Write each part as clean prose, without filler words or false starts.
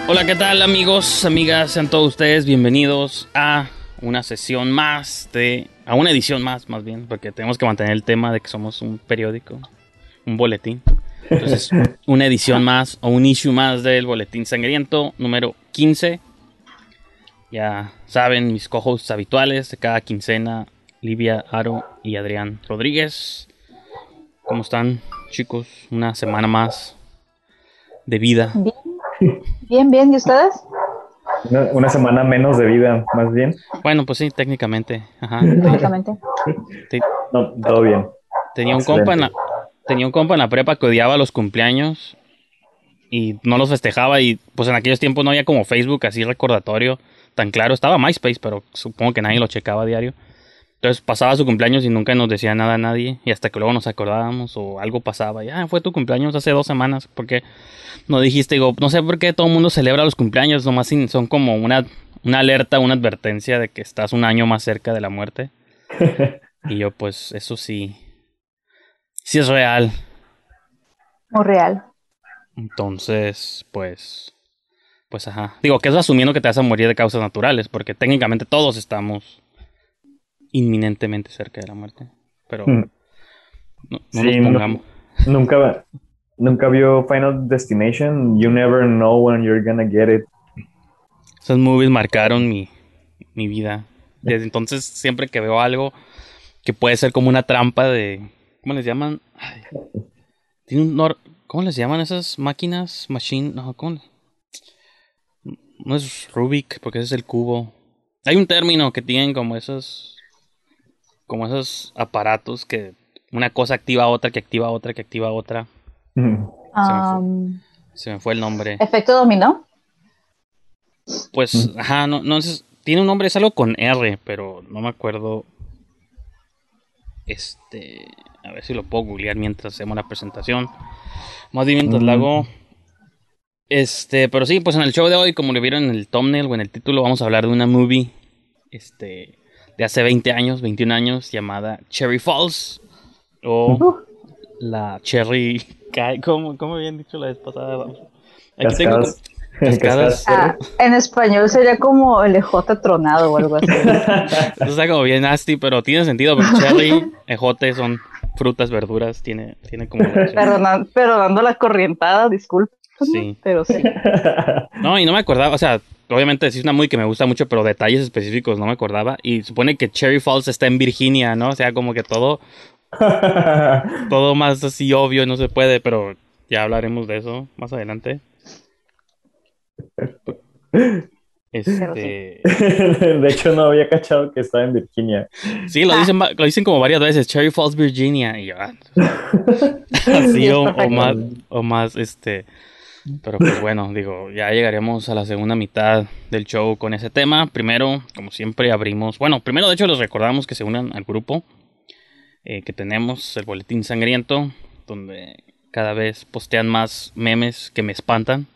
Hola, ¿qué tal amigos, amigas? Sean todos ustedes bienvenidos a una sesión más a una edición más bien, porque tenemos que mantener el tema de que somos un periódico, un boletín. Entonces, una edición más o un issue más del Boletín Sangriento número 15. Ya saben, mis co-hosts habituales de cada quincena, Livia Aro y Adrián Rodríguez. ¿Cómo están, chicos? Una semana más de vida. Bien, ¿y ustedes? Una semana menos de vida, más bien. Bueno, pues sí, técnicamente. Ajá. Técnicamente. Te- No, todo bien. tenía un compa en Excelente. la prepa que odiaba los cumpleaños y no los festejaba, y pues en aquellos tiempos no había como Facebook así recordatorio tan claro. Estaba MySpace, pero supongo que nadie lo checaba a diario. Entonces pasaba su cumpleaños y nunca nos decía nada a nadie, y hasta que luego nos acordábamos o algo pasaba. Ya fue tu cumpleaños hace 2 semanas, ¿por qué no dijiste? Digo, no sé por qué todo el mundo celebra los cumpleaños, nomás son como una alerta, una advertencia de que estás un año más cerca de la muerte. Y yo, pues, eso sí es real. Muy real. Entonces, pues ajá. Digo, que eso asumiendo que te vas a morir de causas naturales, porque técnicamente todos estamos inminentemente cerca de la muerte. Pero no nos Sí, pongamos. nunca, nunca vio Final Destination. You never know when you're gonna get it. Esas movies marcaron mi vida. Desde entonces, siempre que veo algo que puede ser como una trampa de... ¿Cómo les llaman? Ay, tiene ¿cómo les llaman esas máquinas? Machine... No, ¿cómo? No es Rubik, porque ese es el cubo. Hay un término que tienen como esos aparatos que una cosa activa a otra, que activa a otra, que activa a otra. Se me fue, se me fue el nombre. Efecto dominó. Pues, ajá, no tiene un nombre, es algo con R, pero no me acuerdo. A ver si lo puedo googlear mientras hacemos la presentación. Más bien mientras la hago. Pero sí, pues en el show de hoy, como lo vieron en el thumbnail o en el título, vamos a hablar de una movie, de hace 20 años, 21 años, llamada Cherry Falls. O la Cherry... ¿Cómo habían dicho la vez pasada? Aquí tengo Cascadas. cascadas. En español sería como el ejote tronado o algo así. Eso está como bien nasty, pero tiene sentido, porque cherry, ejote son frutas, verduras, tiene como... Pero dando la corrientada, disculpa. Sí. Pero sí. No, y no me acordaba, o sea, obviamente sí es una muy que me gusta mucho, pero detalles específicos no me acordaba. Y supone que Cherry Falls está en Virginia, ¿no? O sea, como que todo más así obvio no se puede, pero ya hablaremos de eso más adelante. Pero sí. De hecho, no había cachado que estaba en Virginia. Sí, lo dicen como varias veces, Cherry Falls, Virginia, y yo, así Sí, es o más, pero pues bueno, digo, ya llegaremos a la segunda mitad del show con ese tema. Primero, como siempre, primero de hecho les recordamos que se unan al grupo que tenemos, el Boletín Sangriento, donde cada vez postean más memes que me espantan.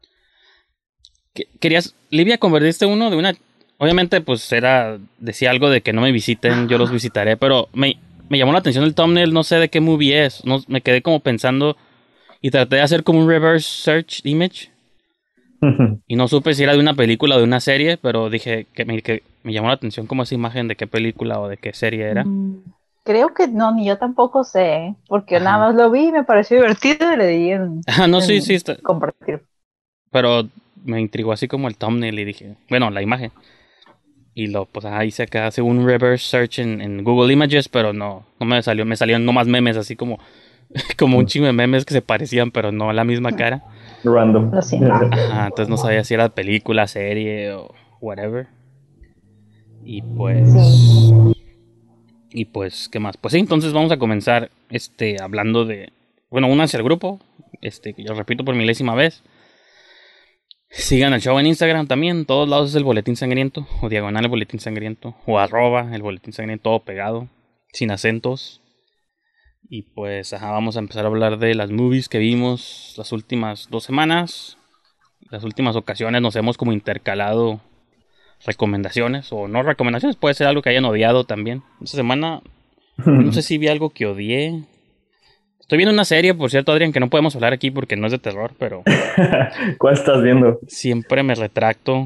Livia, convertiste uno de una... Obviamente, pues decía algo de que no me visiten, yo los visitaré, pero me llamó la atención el thumbnail, no sé de qué movie es, no, me quedé como pensando y traté de hacer como un reverse search image y no supe si era de una película o de una serie, pero dije que me llamó la atención como esa imagen de qué película o de qué serie era. Creo que no, ni yo tampoco sé, porque Ajá. nada más lo vi y me pareció divertido y le di No, sí, está, compartir. pero me intrigó así como el thumbnail y dije, bueno, la imagen. Y pues ahí hice acá, hace un reverse search en Google Images, pero no me salieron nomás memes, así como un chingo de memes que se parecían, pero no a la misma cara. Random. Lo siento. Ajá, entonces no sabía si era película, serie o whatever. Y pues... Sí. Y pues, ¿qué más? Pues sí, entonces vamos a comenzar hablando de... Bueno, únanse al grupo, que yo repito por milésima vez. Sigan el show en Instagram también, todos lados es el Boletín Sangriento, o diagonal el Boletín Sangriento, o @ el Boletín Sangriento, todo pegado, sin acentos. Y pues, ajá, vamos a empezar a hablar de las movies que vimos las últimas 2 semanas. Las últimas ocasiones nos hemos como intercalado recomendaciones, o no recomendaciones, puede ser algo que hayan odiado también. Esta semana, no sé si vi algo que odié. Estoy viendo una serie, por cierto, Adrián, que no podemos hablar aquí porque no es de terror, pero ¿Cuál estás viendo? siempre me retracto.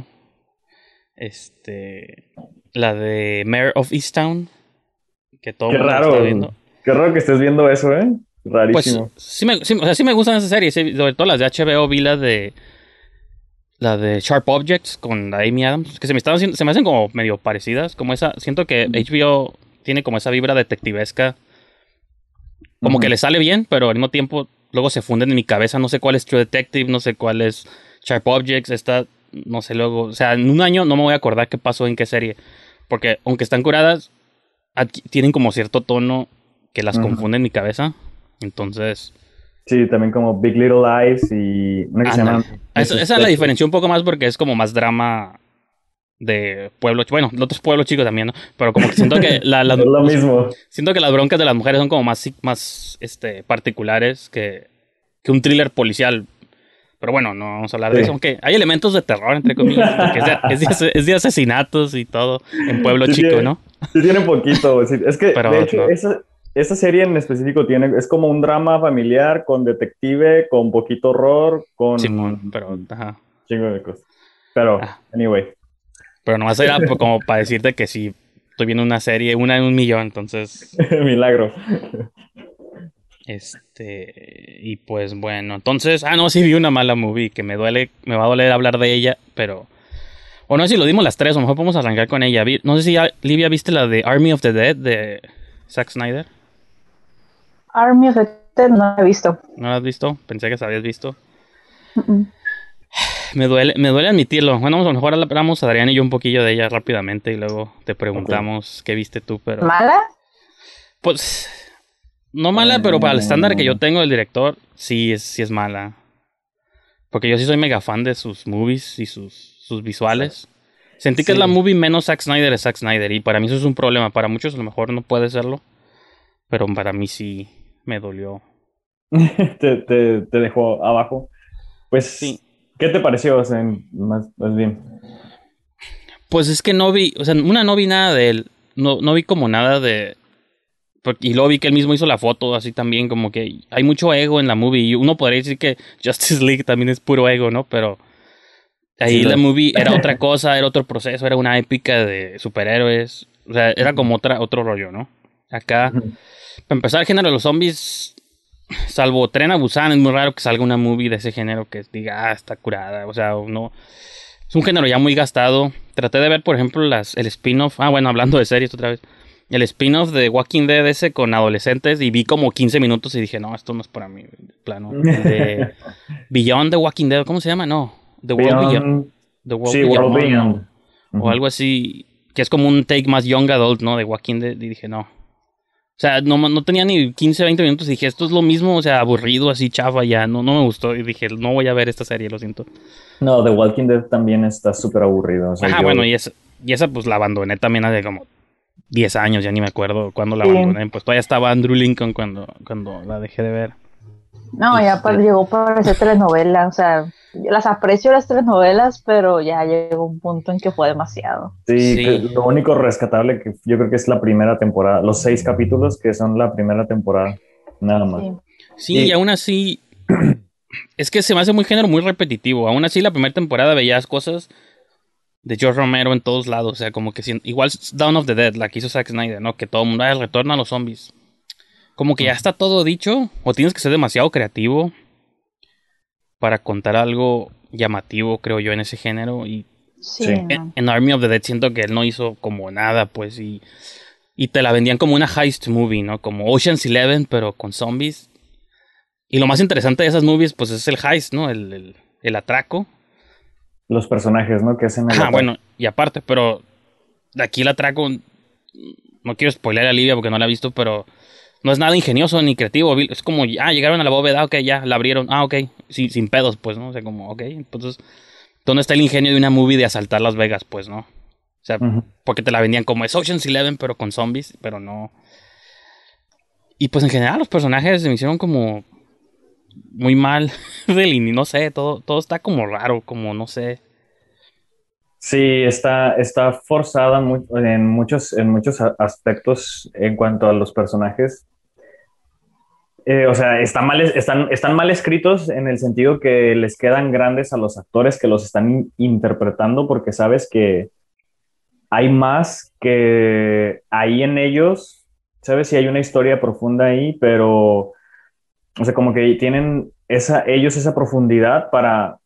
La de Mayor of Easttown, que todo el Qué mundo la está raro. viendo. Qué raro que estés viendo eso, ¿eh? Pues Rarísimo. o sea, sí me gustan esas series, sobre todo las de HBO, vi la de Sharp Objects con la Amy Adams, que se me hacen como medio parecidas, como esa, siento que HBO tiene como esa vibra detectivesca, como que Ujú. le sale bien, pero al mismo tiempo luego se funden en mi cabeza, no sé cuál es True Detective, no sé cuál es Sharp Objects, no sé luego, o sea, en un año no me voy a acordar qué pasó en qué serie, porque aunque están curadas, tienen como cierto tono que las Ujú. confunde en mi cabeza, entonces... Sí, también como Big Little Lies y una que se llama Ándale. Mrs. Esa la Fletcher. diferenció un poco más porque es como más drama de pueblo. Bueno, de otros pueblos chicos también, ¿no? Pero como que siento que Es lo mismo. siento que las broncas de las mujeres son como más particulares que un thriller policial. Pero bueno, no vamos a hablar de eso. Sí. Aunque hay elementos de terror, entre comillas, porque es de asesinatos y todo en pueblo chico, ¿no? Sí tiene poquito. Sí. Es que, de Pero hecho, no. esa serie en específico es como un drama familiar con detective, con poquito horror, Simón, con pero ajá. chingo de cosas. Pero, Ah, anyway. pero nomás era como para decirte que sí, estoy viendo una serie, una en un millón, entonces Milagro. Y pues bueno, entonces, no, sí vi una mala movie que me va a doler hablar de ella, pero, o no sé si lo dimos las tres, o mejor podemos arrancar con ella. No sé si Livia viste la de Army of the Dead de Zack Snyder. Army of the Dead no la he visto. ¿No la has visto? Pensé que se habías visto. Mm-mm. Me duele admitirlo. Bueno, a lo mejor hablamos a Adrián y yo un poquillo de ella rápidamente y luego te Ok. preguntamos qué viste tú, pero, ¿Mala? pues, no mala, pero para el estándar que yo Eh, tengo del director, sí es mala. Porque yo sí soy mega fan de sus movies y sus exacto. visuales. Sentí que es la Sí. movie menos Zack Snyder de Zack Snyder. Y para mí eso es un problema. Para muchos a lo mejor no puede serlo. Pero para mí sí me dolió. Te dejó abajo. Sí. Pues, ¿qué te pareció? O sea, más bien. Pues es que no vi. O sea, no vi nada de él. No vi como nada de. Y luego vi que él mismo hizo la foto así también. Como que hay mucho ego en la movie. Y uno podría decir que Justice League también es puro ego, ¿no? Pero Sí, ahí la movie era otra cosa, era otro proceso, era una épica de superhéroes. O sea, era como otro rollo, ¿no? Acá, Ujú. para empezar, el género de los zombies, salvo Tren a Busan, es muy raro que salga una movie de ese género que diga, está curada. O sea, no. Es un género ya muy gastado. Traté de ver, por ejemplo, el spin-off. Bueno, hablando de series otra vez. El spin-off de Walking Dead ese con adolescentes y vi como 15 minutos y dije, no, esto no es para mí, de plano. El de Beyond the Walking Dead, ¿cómo se llama? No, The World Beyond. Beyond, The World sí, World Beyond Beyond. o Ujú. algo así, que es como un take más young adult, ¿no? De Walking Dead, y dije, no. O sea, no tenía ni 15 20 minutos y dije, esto es lo mismo, o sea, aburrido, así, chafa, ya, no me gustó. Y dije, no voy a ver esta serie, lo siento. No, The Walking Dead también está súper aburrido. O sea, Ajá, bueno, y esa pues la abandoné también hace como 10 años, ya ni me acuerdo cuándo la Sí. abandoné. Pues todavía estaba Andrew Lincoln cuando la dejé de ver. No, ya Este, llegó para hacer telenovela. O sea, yo las aprecio las telenovelas, pero ya llegó un punto en que fue demasiado. sí, sí, lo único rescatable que yo creo que es la primera temporada, los 6 capítulos que son la primera temporada, nada más. Sí. sí, y Y aún así, es que se me hace muy género muy repetitivo. Aún así, la primera temporada veías cosas de George Romero en todos lados. O sea, como que igual Dawn of the Dead, la que hizo Zack Snyder, ¿no? Que todo el mundo, retorna a los zombies. Como que ya está todo dicho, o tienes que ser demasiado creativo para contar algo llamativo, creo yo, en ese género. Y Sí, sí, no. en Army of the Dead siento que él no hizo como nada, pues, y te la vendían como una heist movie, ¿no? Como Ocean's Eleven, pero con zombies. Y lo más interesante de esas movies, pues, es el heist, ¿no? El atraco. los personajes, ¿no? Que hacen el Ajá, ataque. bueno, y aparte, pero de aquí el atraco, no quiero spoiler a Livia porque no la ha visto, pero no es nada ingenioso ni creativo. Es como, llegaron a la bóveda, ok, ya, la abrieron, ok, sin pedos, pues, ¿no? O sea, como, ok, entonces, ¿dónde está el ingenio de una movie de asaltar Las Vegas, pues, no? O sea, Ujú. porque te la vendían como es Ocean's Eleven, pero con zombies, pero no. Y pues en general los personajes se me hicieron como muy mal no sé, todo está como raro, como no sé. Sí, está forzada en muchos aspectos en cuanto a los personajes. O sea, están mal escritos en el sentido que les quedan grandes a los actores que los están interpretando porque sabes que hay más que ahí en ellos, sabes si hay una historia profunda ahí, pero, o sea, como que tienen ellos esa profundidad para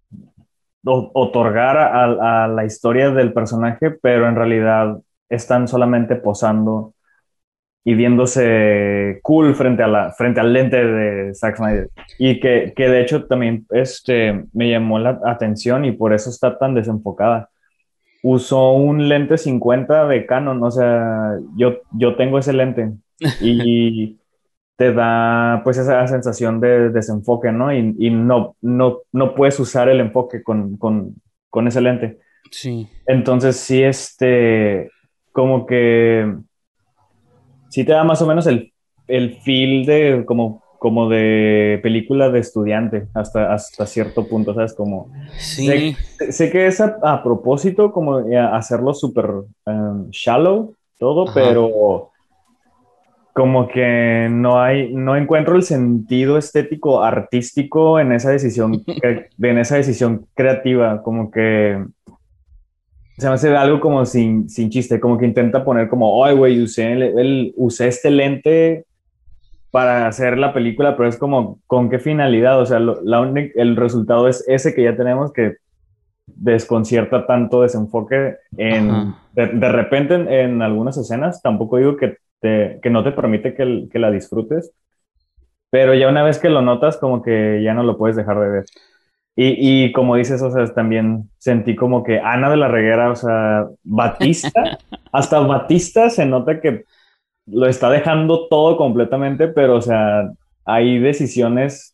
otorgar a la historia del personaje, pero en realidad están solamente posando y viéndose cool frente al lente de Zack Snyder. Y que de hecho también me llamó la atención y por eso está tan desenfocada. Usó un lente 50 de Canon, o sea, yo tengo ese lente y te da pues esa sensación de desenfoque, ¿no? Y no puedes usar el enfoque con ese lente. Sí. Entonces sí, como que sí te da más o menos el feel de como de película de estudiante hasta cierto punto, ¿sabes? Como Sí. sé que es a propósito como hacerlo súper shallow todo, Ajá. pero como que no encuentro el sentido estético artístico en esa decisión, en esa decisión creativa, como que se me hace algo como sin chiste, como que intenta poner como, ay, güey, usé este lente para hacer la película, pero es como, ¿con qué finalidad? O sea, el resultado es ese que ya tenemos que desconcierta tanto desenfoque Ajá. de repente en algunas escenas, tampoco digo que no te permite que la disfrutes, pero ya una vez que lo notas, como que ya no lo puedes dejar de ver. Y como dices, o sea, también sentí como que Ana de la Reguera, o sea, hasta Batista se nota que lo está dejando todo completamente, pero, o sea, hay decisiones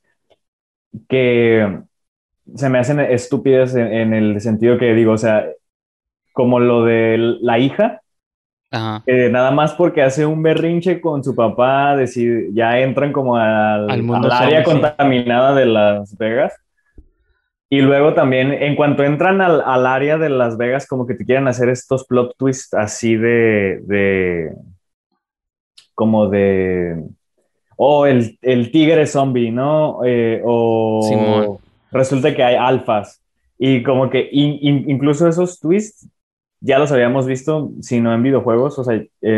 que se me hacen estúpidas en el sentido que digo, o sea, como lo de la hija, Ajá. nada más porque hace un berrinche con su papá, ya entran como Al mundo al área zombie, sí. contaminada de Las Vegas. Y luego también, en cuanto entran al área de Las Vegas, como que te quieren hacer estos plot twists así como de, el tigre zombie, ¿no? Simón. O resulta que hay alfas. Y como que incluso esos twists ya los habíamos visto, si no en videojuegos, o sea,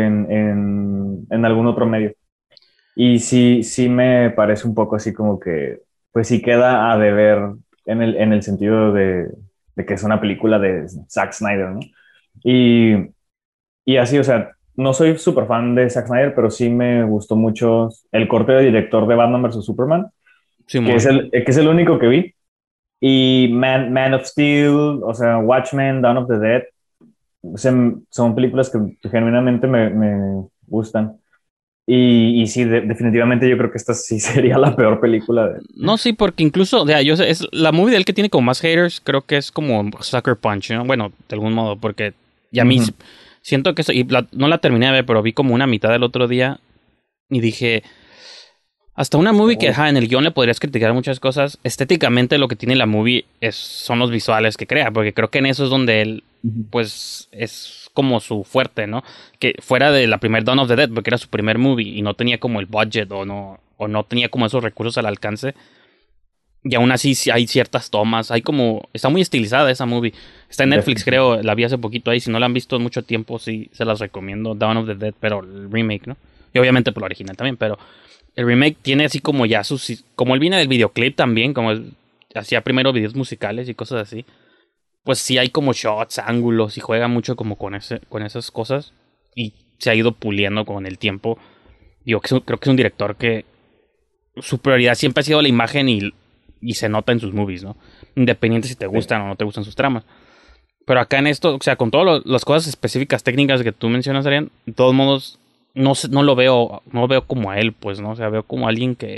en algún otro medio. Y sí me parece un poco así como que, pues sí queda a deber en el sentido de que es una película de Zack Snyder, ¿no? Y, y así, o sea, no soy súper fan de Zack Snyder, pero sí me gustó mucho el corte de director de Batman vs. Superman, Simón. que es el único que vi. Y Man of Steel, o sea, Watchmen, Dawn of the Dead, o sea, son películas que genuinamente me gustan. Y sí, definitivamente yo creo que esta sí sería la peor película de... No, sí, porque incluso, o sea, yo sé, es la movie de él que tiene como más haters, creo que es como Sucker Punch, ¿no? Bueno, de algún modo, porque ya a mí Ujú. siento que no la terminé de ver, pero vi como una mitad del otro día y dije, hasta una movie que, Oh. ajá, en el guión le podrías criticar muchas cosas, estéticamente lo que tiene la movie son los visuales que crea, porque creo que en eso es donde él, Ujú. pues, es como su fuerte, ¿no? Que fuera de la primer Dawn of the Dead, porque era su primer movie y no tenía como el budget o no tenía como esos recursos al alcance. Y aún así sí hay ciertas tomas, hay como... Está muy estilizada esa movie. Está en Netflix, Definitivamente. creo, la vi hace poquito ahí. Si no la han visto en mucho tiempo, sí, se las recomiendo. Dawn of the Dead, pero el remake, ¿no? Y obviamente por la original también, pero el remake tiene así como ya sus... Como él viene del videoclip también, como él hacía primero videos musicales y cosas así. Pues sí hay como shots, ángulos y juega mucho como con esas cosas. Y se ha ido puliendo con el tiempo. Yo creo que es un director que su prioridad siempre ha sido la imagen y se nota en sus movies, ¿no? Independiente si te Sí. gustan o no te gustan sus tramas. Pero acá en esto, o sea, con todas las cosas específicas técnicas que tú mencionas, Arián, de todos modos, no lo veo como a él, pues, ¿no? O sea, veo como a alguien que...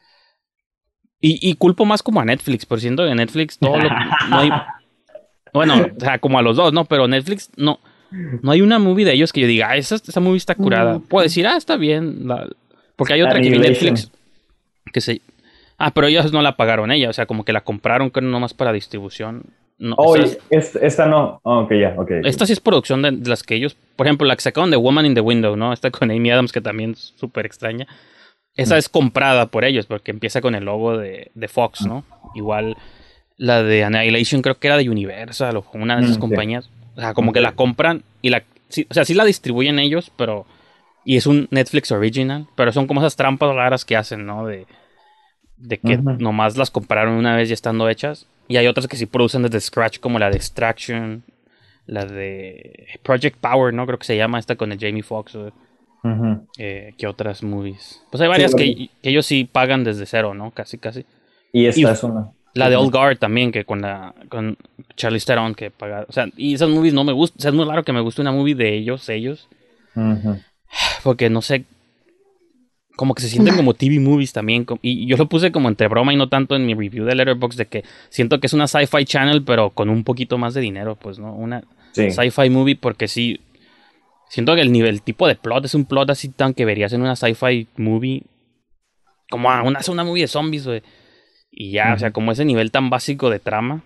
Y culpo más como a Netflix, por siento que en Netflix todo lo... No hay... Bueno, o sea, como a los dos, ¿no? Pero Netflix no hay una movie de ellos que yo diga, esa movie está curada. Mm, Puedo decir, está bien. Porque hay otra que vi en Annihilation. Netflix que se... Ah, pero ellos no la pagaron ella, o sea, como que la compraron creo nomás para distribución. No, Oh, esta no. Oh, ok, ya, ok, ok. esta sí es producción de las que ellos, por ejemplo, la que sacaron de Woman in the Window, ¿no? Esta con Amy Adams que también es súper extraña. esa es comprada por ellos, porque empieza con el logo de Fox, ¿no? Igual la de Annihilation creo que era de Universal o una de esas Sí. compañías. O sea, como que la compran y sí, o sea, sí la distribuyen ellos, pero... Y es un Netflix original, pero son como esas trampas raras que hacen, ¿no? De que nomás las compraron una vez ya estando hechas. Y hay otras que sí producen desde scratch, como la de Extraction, la de Project Power, ¿no? Creo que se llama esta con el Jamie Foxx. ¿Qué otras movies? Pues hay varias que ellos sí pagan desde cero, ¿no? Casi, casi. Y esta es una. La de Old Guard también, que con Charlize Theron que paga. O sea, y esas movies no me gustan. O sea, es muy raro que me guste una movie de ellos. Porque no sé, como que se sienten como TV movies también. Y yo lo puse como entre broma y no tanto en mi review de Letterboxd, de que siento que es una sci-fi channel, pero con un poquito más de dinero, pues, ¿no? Una sci-fi movie, porque sí, siento que el tipo de plot es un plot así tan que verías en una sci-fi movie, como una movie de zombies, güey. Y ya, o sea, como ese nivel tan básico de trama.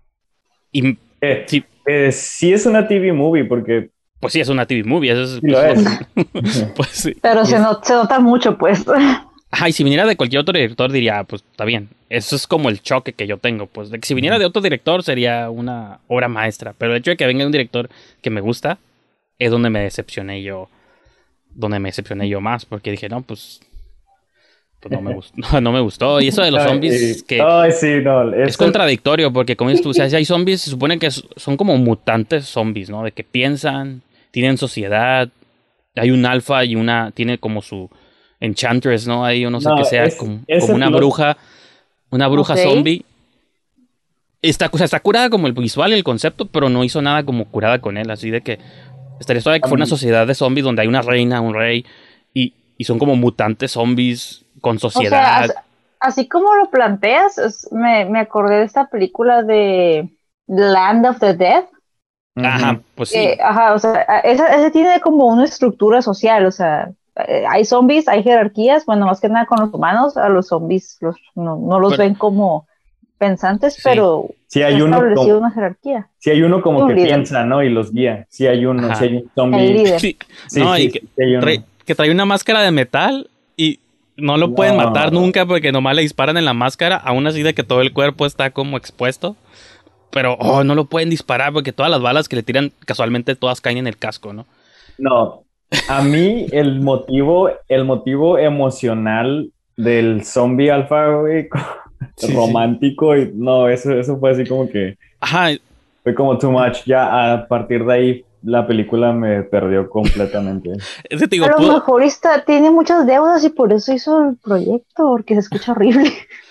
Y sí, sí es una TV movie, porque... Pues sí, es una TV movie. Eso es, sí lo es. pues sí. Pero se nota mucho, pues. Ajá, y si viniera de cualquier otro director diría, pues está bien. Eso es como el choque que yo tengo. Pues de que si viniera de otro director sería una obra maestra. Pero el hecho de que venga un director que me gusta es donde me decepcioné yo. Donde me decepcioné yo más. Porque dije, no, pues no me gustó. No me gustó. Y eso de los zombies que sí, no, es contradictorio. Porque como dices tú, o sea, si hay zombies, se supone que son como mutantes zombies, ¿no? De que piensan, tienen sociedad. Hay un alfa y tiene como su Enchantress, ¿no? Ahí yo no sé qué sea, como una bruja. Una bruja zombie. Está curada como el visual y el concepto, pero no hizo nada como curada con él. Así de que estaría todavía que fue una sociedad de zombies donde hay una reina, un rey, y son como mutantes zombies con sociedad. O sea, así como lo planteas, me acordé de esta película de Land of the Dead. Ajá, pues sí. Ajá, o sea, ese tiene como una estructura social, o sea, hay zombies, hay jerarquías, bueno, más que nada con los humanos, a los zombies no los ven como pensantes, pero sí hay ha establecido una jerarquía. Sí hay uno como que líder. piensa, ¿no? Y los guía. Sí hay uno, sí hay un zombie. El líder. Sí. No, y que trae una máscara de metal y no lo pueden matar nunca porque nomás le disparan en la máscara, aún así de que todo el cuerpo está como expuesto. Pero no lo pueden disparar porque todas las balas que le tiran casualmente todas caen en el casco, ¿no? No, a mí el motivo emocional del zombie alfa, güey, romántico, y no, eso fue así como que... Ajá. Fue como too much. Ya a partir de ahí la película me perdió completamente. A lo mejor tiene muchas deudas y por eso hizo el proyecto, porque se escucha horrible.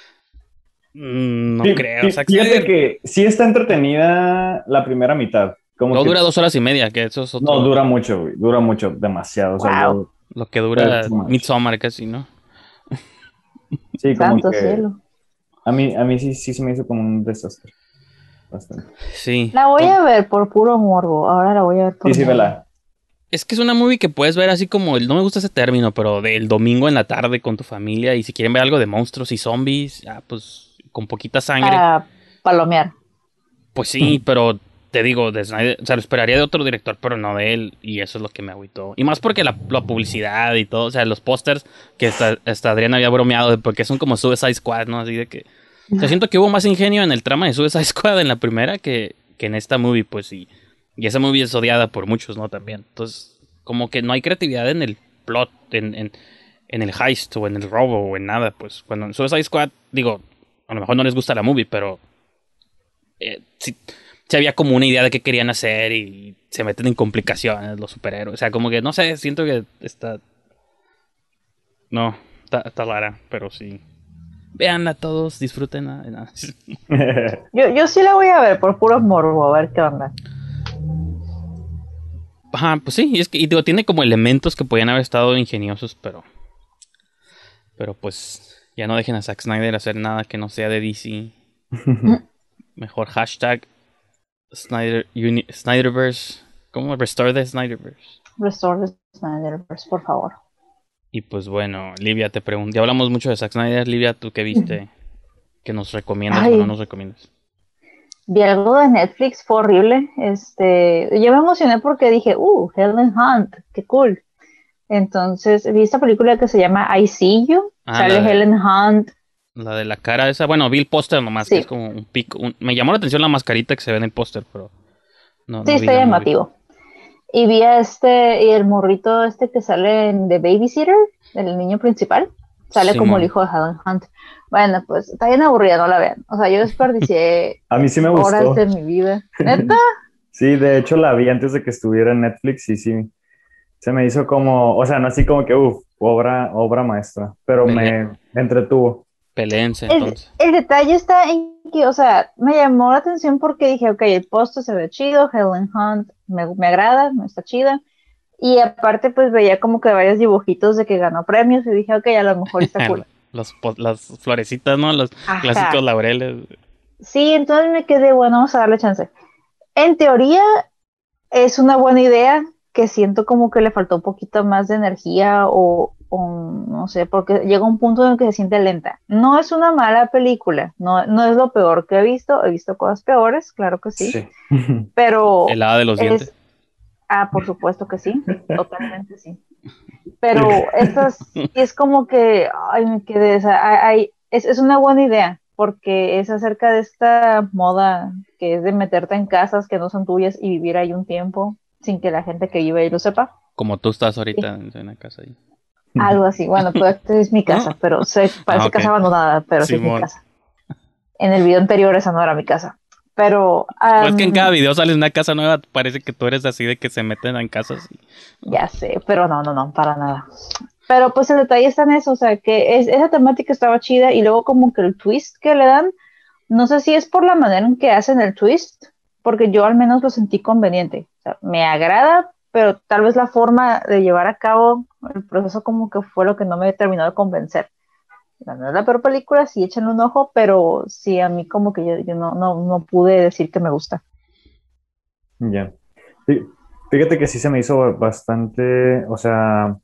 No creo. Fíjate que sí está entretenida la primera mitad. No dura 2 horas y media, que eso es otro. No, dura mucho, güey. Dura mucho, demasiado. Wow. O sea, lo que dura Midsommar casi, ¿no? Sí, como Santo que... cielo. A mí sí se me hizo como un desastre. Bastante. Sí. La voy a ver por puro morbo. Ahora la voy a ver por sí, vela. Es que es una movie que puedes ver así como, no me gusta ese término, pero del domingo en la tarde con tu familia. Y si quieren ver algo de monstruos y zombies, pues con poquita sangre. Para palomear. Pues sí, pero te digo, de Snyder, o sea, lo esperaría de otro director, pero no de él. Y eso es lo que me agüitó. Y más porque la publicidad y todo, o sea, los pósters que hasta Adrián había bromeado de porque son como Suicide Squad, ¿no? Así de que... O sea, siento que hubo más ingenio en el trama de Suicide Squad en la primera que en esta movie, pues sí. Y esa movie es odiada por muchos, ¿no? También. Entonces, como que no hay creatividad en el plot, en el heist o en el robo o en nada. Pues cuando en Suicide Squad, digo, a lo mejor no les gusta la movie, pero sí había como una idea de qué querían hacer y se meten en complicaciones los superhéroes. O sea, como que, no sé, siento que está... No, está rara, pero sí. Veanla todos, disfrútenla. Yo sí la voy a ver por puro morbo, a ver qué onda. Ajá, pues sí, y digo, tiene como elementos que podían haber estado ingeniosos, pero pues ya no dejen a Zack Snyder hacer nada que no sea de DC. Mejor hashtag Snyderverse. ¿Cómo? Restore the Snyderverse. Restore the Snyderverse, por favor. Y pues bueno, Livia, te pregunto, ya hablamos mucho de Zack Snyder. Livia, ¿tú qué viste? ¿Que nos recomiendas o no nos recomiendas? Vi algo de Netflix, fue horrible. Yo me emocioné porque dije, Helen Hunt, qué cool. Entonces vi esta película que se llama I See You, Sale Helen Hunt. La de la cara esa, bueno, vi el póster nomás, Sí. que es como un pico. Me llamó la atención la mascarita que se ve en el póster, pero no, Sí, no vi está la movie. llamativo. Y vi a y el morrito que sale en The Babysitter, el niño principal, sale como el Simón. hijo de Helen Hunt. Bueno, pues está bien aburrida, no la vean. O sea, yo desperdicié A mí sí me horas gustó. de mi vida. ¿Neta? Sí, de hecho la vi antes de que estuviera en Netflix y sí, se me hizo como, o sea, no así como que, obra maestra, pero Pele- me entretuvo. Peleense, entonces. El detalle está en que, o sea, me llamó la atención porque dije, ok, el póster se ve chido, Helen Hunt me agrada, no está chida. Y aparte, pues veía como que varios dibujitos de que ganó premios y dije, ok, a lo mejor está cool. Las florecitas, ¿no? Los clásicos Ajá. laureles. Sí, entonces me quedé, bueno, vamos a darle chance. En teoría, es una buena idea que siento como que le faltó un poquito más de energía o no sé, porque llega un punto en el que se siente lenta. No es una mala película, no es lo peor que he visto cosas peores, claro que sí, Sí. pero Helada de los dientes. por supuesto que sí, totalmente sí. Pero estas sí es como que, ay, me quedé, o sea, es una buena idea, porque es acerca de esta moda que es de meterte en casas que no son tuyas y vivir ahí un tiempo sin que la gente que vive ahí lo sepa. Como tú estás ahorita Sí, en una casa ahí. algo así. Bueno, pues esta es mi casa, pero Ah, parece ok. casa abandonada, pero sí es mi Simón. casa. En el video anterior esa no era mi casa. Pero Pues que en cada video sales una casa nueva, parece que tú eres así de que se meten en casas. ya sé, pero no, para nada. Pero pues el detalle está en eso, o sea, que esa temática estaba chida y luego como que el twist que le dan, no sé si es por la manera en que hacen el twist, porque yo al menos lo sentí conveniente. O sea, me agrada, pero tal vez la forma de llevar a cabo el proceso como que fue lo que no me terminó de convencer. O sea, no es la peor película, sí échenle un ojo, pero sí a mí como que yo no pude decir que me gusta. Ya. Sí, fíjate que sí se me hizo bastante, o sea,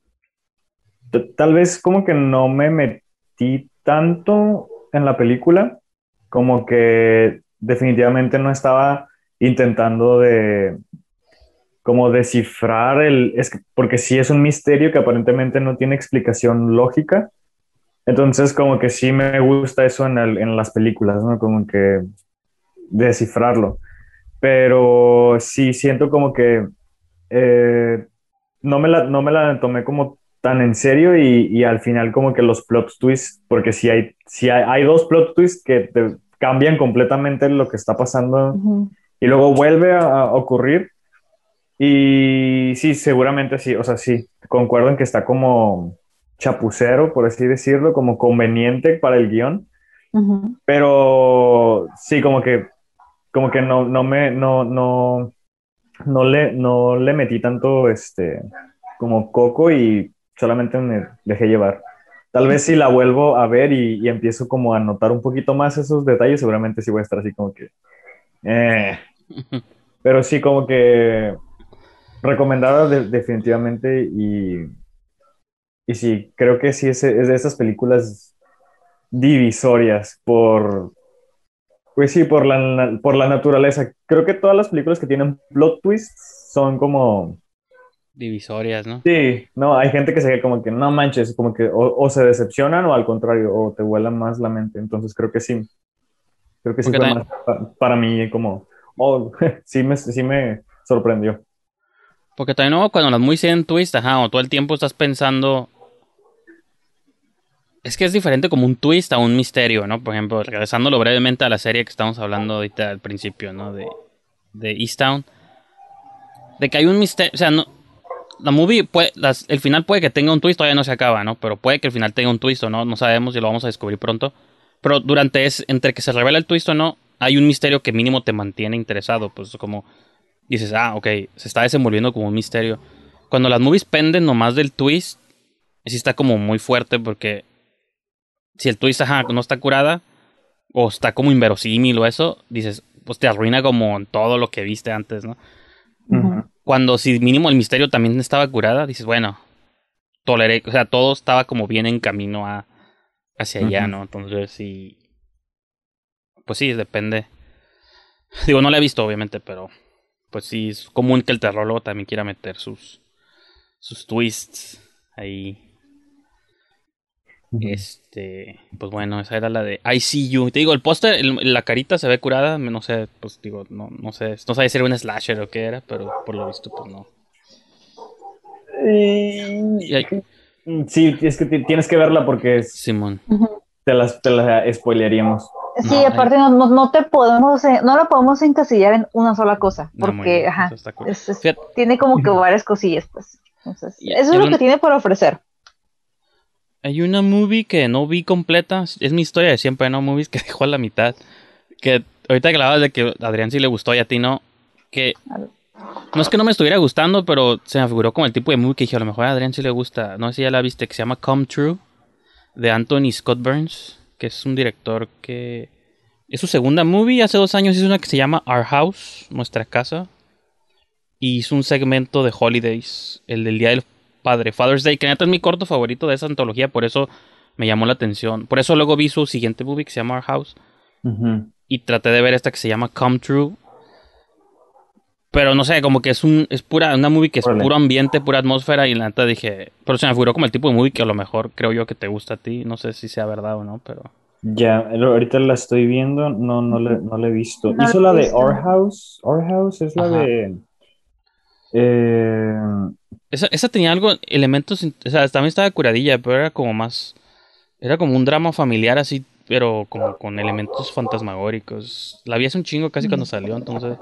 tal vez como que no me metí tanto en la película, como que definitivamente no estaba intentando de como descifrar porque sí es un misterio que aparentemente no tiene explicación lógica. Entonces como que sí me gusta eso en las películas, ¿no? Como que descifrarlo. Pero sí siento como que eh, no me la tomé como tan en serio y al final como que los plot twists, porque hay dos plot twists que te cambian completamente lo que está pasando Ujú. y luego vuelve a ocurrir y sí, seguramente sí, o sea, sí, concuerdo en que está como chapucero, por así decirlo, como conveniente para el guión, Ujú. pero sí, como que no le metí tanto como coco y solamente me dejé llevar. Tal vez si la vuelvo a ver y empiezo como a notar un poquito más esos detalles, seguramente sí voy a estar así como que... eh. Pero sí, como que recomendada definitivamente y sí, creo que sí es de esas películas divisorias pues sí, por la naturaleza. Creo que todas las películas que tienen plot twists son como... Divisorias, ¿no? Sí, no, hay gente que se ve como que no manches, como que o se decepcionan o al contrario, o te vuelan más la mente. Entonces creo que sí Porque fue también, más para mí como, oh, sí me sorprendió. porque también ¿no? Cuando las muy tienen twist, ajá, o todo el tiempo estás pensando. Es que es diferente como un twist a un misterio, ¿no? Por ejemplo, regresándolo brevemente a la serie que estamos hablando ahorita al principio, ¿no? De Easttown. De que hay un misterio. O sea, no. La movie, el final puede que tenga un twist, todavía no se acaba, ¿no? Pero puede que el final tenga un twist o no, no sabemos y lo vamos a descubrir pronto. Pero entre que se revela el twist o no, hay un misterio que mínimo te mantiene interesado. Pues como dices, ok, se está desenvolviendo como un misterio. Cuando las movies penden nomás del twist, sí está como muy fuerte porque si el twist no está curada o está como inverosímil o eso, dices, pues te arruina como todo lo que viste antes, ¿no? Ujú. Cuando si mínimo el misterio también estaba curada, dices, bueno, toleré, o sea, todo estaba como bien en camino hacia Ujú, allá, ujú. ¿no? Entonces sí, pues sí, depende. Digo, no la he visto obviamente, pero pues sí, es común que el terror luego también quiera meter sus twists ahí. Ujú. Pues bueno, esa era la de I See You. Te digo, el póster, la carita se ve curada, no sé, pues digo, no sé si era un slasher o qué era, pero por lo visto, pues no. Y hay- Sí, es que tienes que verla porque Simón. Ujú. te la spoilearíamos. Sí, No, aparte no te podemos, no lo podemos encasillar en una sola cosa, no, muy porque, bien, eso ajá, está cool. es- Fíjate, tiene como que varias cosillas, pues. Entonces, y, eso y es hay, lo que tiene por ofrecer. hay una movie que no vi completa, es mi historia de siempre, ¿no? Movies que dejó a la mitad. Que ahorita que hablabas de que a Adrián sí le gustó y a ti no, que no es que no me estuviera gustando, pero se me figuró como el tipo de movie que dije, a lo mejor a Adrián sí le gusta. No sé si ya la viste, que se llama Come True, de Anthony Scott Burns, que es un director que... Es su segunda movie, hace 2 años hizo una que se llama Our House, Nuestra Casa. Y hizo un segmento de Holidays, el del Día del Padre, Father's Day, que neta es mi corto favorito de esa antología, por eso me llamó la atención. Por eso luego vi su siguiente movie que se llama Our House. Ujú. Y traté de ver esta que se llama Come True. Pero no sé, como que es pura, una movie que es Órale. puro ambiente, pura atmósfera. Y la neta dije, pero se me figuró como el tipo de movie que a lo mejor creo yo que te gusta a ti. No sé si sea verdad o no, pero. Ya, ahorita la estoy viendo, no la he visto. No lo Hizo la he de visto. Our House. Our House es la Ajá. de... eh, Esa tenía algo, elementos, o sea, también estaba curadilla, pero era como más. Era como un drama familiar así, pero como con elementos fantasmagóricos. La vi hace un chingo casi cuando salió, entonces.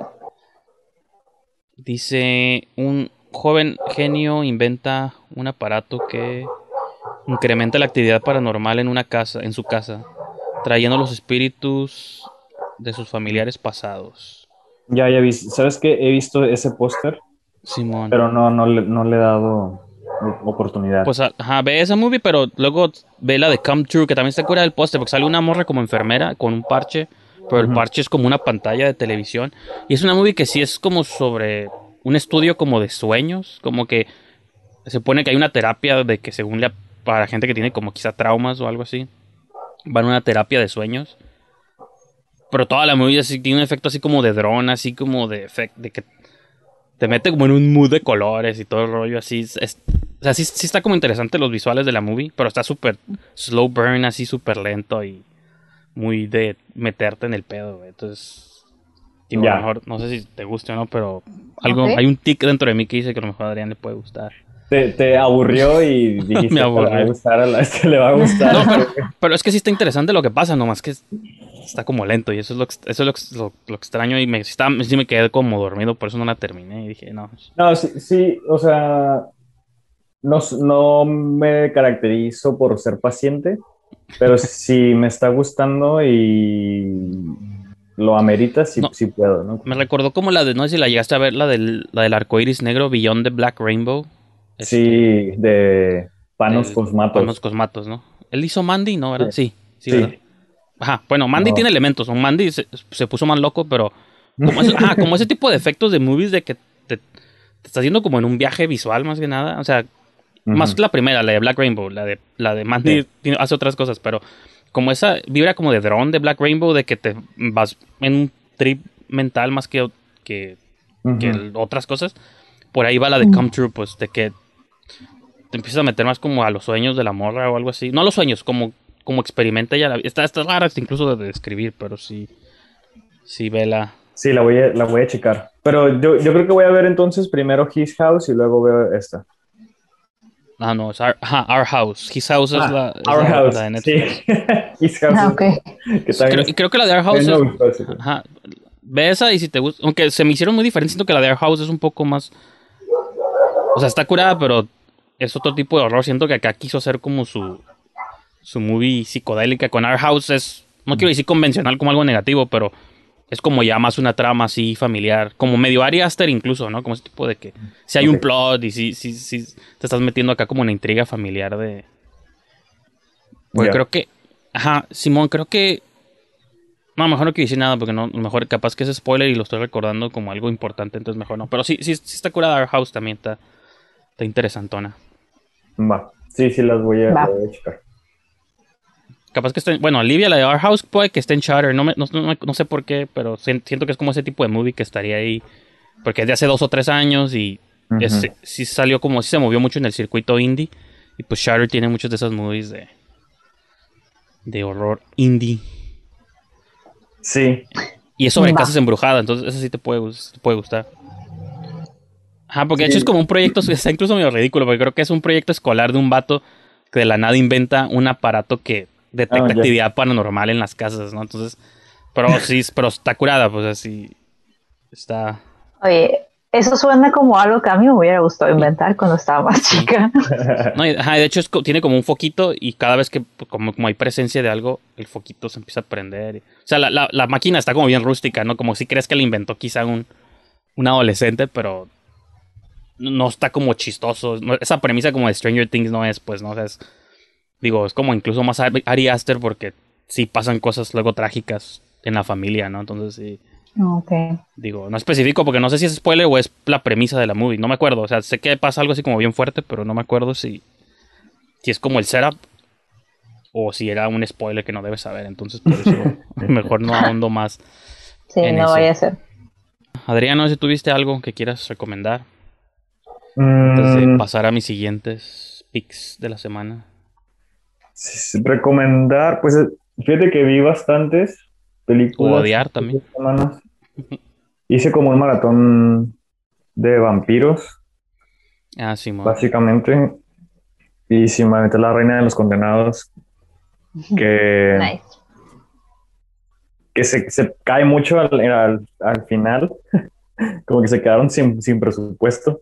Dice, un joven genio inventa un aparato que incrementa la actividad paranormal en su casa, trayendo los espíritus de sus familiares pasados. ya vi. ¿Sabes qué? He visto ese póster, Simón. pero no le he dado oportunidad. Pues ajá, ve esa movie, pero luego ve la de Come True, que también está cura del póster, porque sale una morra como enfermera con un parche, pero el Ujú. parche es como una pantalla de televisión. Y es una movie que sí es como sobre un estudio como de sueños, como que se pone que hay una terapia de que según para gente que tiene como quizá traumas o algo así, van a una terapia de sueños. Pero toda la movie así tiene un efecto así como de dron, así como de que te mete como en un mood de colores y todo el rollo así. O sea, sí está como interesante los visuales de la movie, pero está súper slow burn, así súper lento y muy de meterte en el pedo, güey. Entonces, digo, a lo Ya. mejor, no sé si te guste o no, pero Ok. hay un tic dentro de mí que dice que a lo mejor a Adrián le puede gustar. Te aburrió y Me dijiste, esta le va a aburrió. gustar, este le va a gustar. No, pero es que sí está interesante lo que pasa, nomás que está como lento y eso es lo extraño y sí me quedé como dormido, por eso no la terminé y dije, no. No, sí, sí, o sea, no me caracterizo por ser paciente, pero si me está gustando y lo amerita, sí, No, sí puedo, ¿no? me recordó como la de, no sé si la llegaste a ver, la del arco iris negro, Beyond the Black Rainbow, Sí, de Panos del Palmos Cosmatos. Cosmatos, ¿no? Él hizo Mandy, ¿no? Sí, ¿Verdad? Sí, sí, ¿verdad? sí, Ajá, bueno, Mandy no. tiene elementos, Mandy se puso más loco, pero como ese tipo de efectos de movies de que te está haciendo como en un viaje visual más que nada, o sea, más Ujú, que la primera, la de Black Rainbow, la de Mandy sí, hace otras cosas, pero como esa vibra como de drone de Black Rainbow, de que te vas en un trip mental más que, ujú, otras cosas, por ahí va la de Come True, pues, de que te empiezas a meter más como a los sueños de la morra o algo así. No a los sueños, como experimenta ella. Está rara incluso de describir, pero sí vela. sí, la voy a checar. Pero yo creo que voy a ver entonces primero His House y luego veo esta. Ah, no, es Our House. His House es Ah, la, es Our la de House, sí. Netflix. His House Ah, ok. que también Y creo que la de Our House también es. me gustó ese. Ajá, ve esa y si te gusta. Aunque se me hicieron muy diferentes, siento que la de Our House es un poco más. O sea, está curada, pero es otro tipo de horror. Siento que acá quiso hacer como su movie psicodélica. Con Our House no quiero decir convencional como algo negativo, pero es como ya más una trama así familiar. Como medio Ari Aster incluso, ¿no? Como ese tipo de que si hay Ok, un plot y sí te estás metiendo acá como una intriga familiar de. Porque ya. creo que. Ajá, Simón, creo que. No, mejor no quiero decir nada porque no, mejor capaz que es spoiler y lo estoy recordando como algo importante, entonces mejor no. Pero sí está curada Our House también, está interesantona. Va. Sí, sí, las voy a, Va. la voy a checar. Capaz que esté, bueno, Olivia, la de Our House, puede que esté en Shutter, no sé por qué, pero siento que es como ese tipo de movie que estaría ahí, porque es de hace 2 o 3 años y Ujú. sí salió como, sí se movió mucho en el circuito indie, y pues Shutter tiene muchas de esas movies de de horror indie. Sí. Y es sobre Va. casas embrujadas, entonces eso sí te puede gustar. Ajá, porque de hecho Sí. es como un proyecto, está incluso medio ridículo, porque creo que es un proyecto escolar de un vato que de la nada inventa un aparato que detecta Ya. actividad paranormal en las casas, ¿no? Entonces, pero sí, pero está curada, pues así, está... Oye, eso suena como algo que a mí me hubiera gustado inventar cuando estaba más Sí. chica. No, ajá, de hecho tiene como un foquito y cada vez que como hay presencia de algo, el foquito se empieza a prender. O sea, la máquina está como bien rústica, ¿no? Como si crees que la inventó quizá un adolescente, pero no está como chistoso. Esa premisa como de Stranger Things no es, pues, ¿no? O sea, digo, es como incluso más Ari Aster porque sí pasan cosas luego trágicas en la familia, ¿no? Entonces sí, Ok. digo, no especifico porque no sé si es spoiler o es la premisa de la movie, no me acuerdo. O sea, sé que pasa algo así como bien fuerte, pero no me acuerdo si es como el setup o si era un spoiler que no debes saber. Entonces por eso mejor no ahondo más Sí, en no eso. vaya a ser. Adrián, no sé si tuviste algo que quieras recomendar antes de Mm, pasar a mis siguientes picks de la semana. recomendar, pues fíjate que vi bastantes O películas odiar estas también. 2 semanas. Hice como un maratón de vampiros, Ah, Simón. básicamente. Y sí, me aventé La Reina de los Condenados, que, Nice. que se cae mucho al final, como que se quedaron sin presupuesto.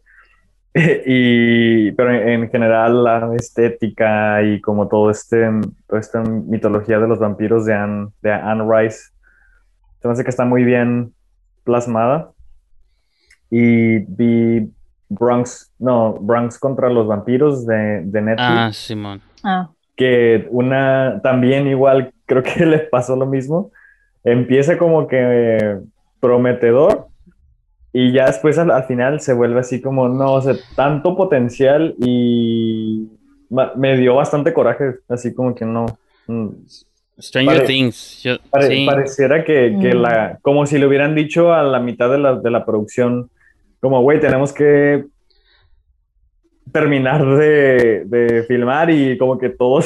Pero en general la estética y como toda esta mitología de los vampiros de Anne Rice, se me hace que está muy bien plasmada. Y vi Bronx contra los vampiros de Netflix, Ah, Simón. Ah, que también igual creo que le pasó lo mismo. Empieza como que prometedor y ya después al final se vuelve así como, no, o sea, tanto potencial y me dio bastante coraje, así como que no. mm, Stranger pare- Things. Sí. Pareciera mm, como si le hubieran dicho a la mitad de la producción, como, güey, tenemos que terminar de filmar y como que todo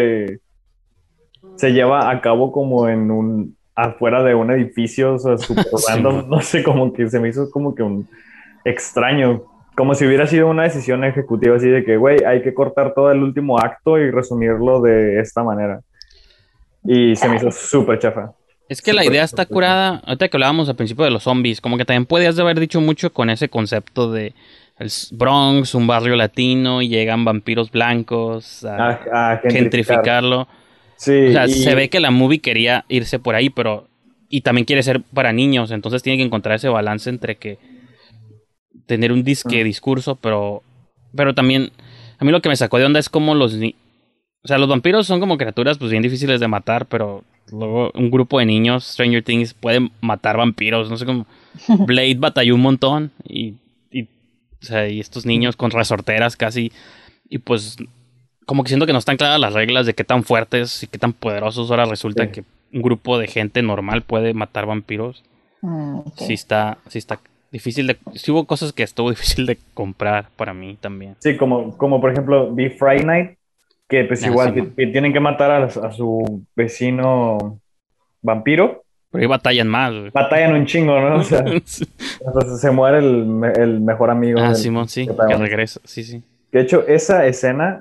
se lleva a cabo como afuera de un edificio, o sea, súper Simón. random, no sé, como que se me hizo como que un extraño, como si hubiera sido una decisión ejecutiva así de que, güey, hay que cortar todo el último acto y resumirlo de esta manera. Y se me hizo chale. súper chafa. Es que la Súper, idea está súper chafa. curada. Ahorita que hablábamos al principio de los zombies, como que también podías haber dicho mucho con ese concepto de el Bronx, un barrio latino, y llegan vampiros blancos A gentrificar. gentrificarlo. Sí, O sea, se ve y que la movie quería irse por ahí, pero... Y también quiere ser para niños, entonces tiene que encontrar ese balance entre que tener un disque discurso, pero también... A mí lo que me sacó de onda es como o sea, los vampiros son como criaturas pues bien difíciles de matar, pero luego un grupo de niños, Stranger Things, puede matar vampiros, no sé cómo... Blade batalló un montón o sea, y estos niños con resorteras casi, y pues como que siento que no están claras las reglas de qué tan fuertes y qué tan poderosos ahora resulta sí. que un grupo de gente normal puede matar vampiros. Ok. Sí está difícil de... Sí hubo cosas que estuvo difícil de comprar para mí también. Sí, como por ejemplo, vi Friday Night, que pues Ah, sí, igual man. tienen que matar a su vecino vampiro. Pero ahí batallan más, güey. Batallan un chingo, ¿no? O sea, entonces se muere el mejor amigo Ah, del Simón, sí, que protagonista. regresa, sí, sí. De hecho, esa escena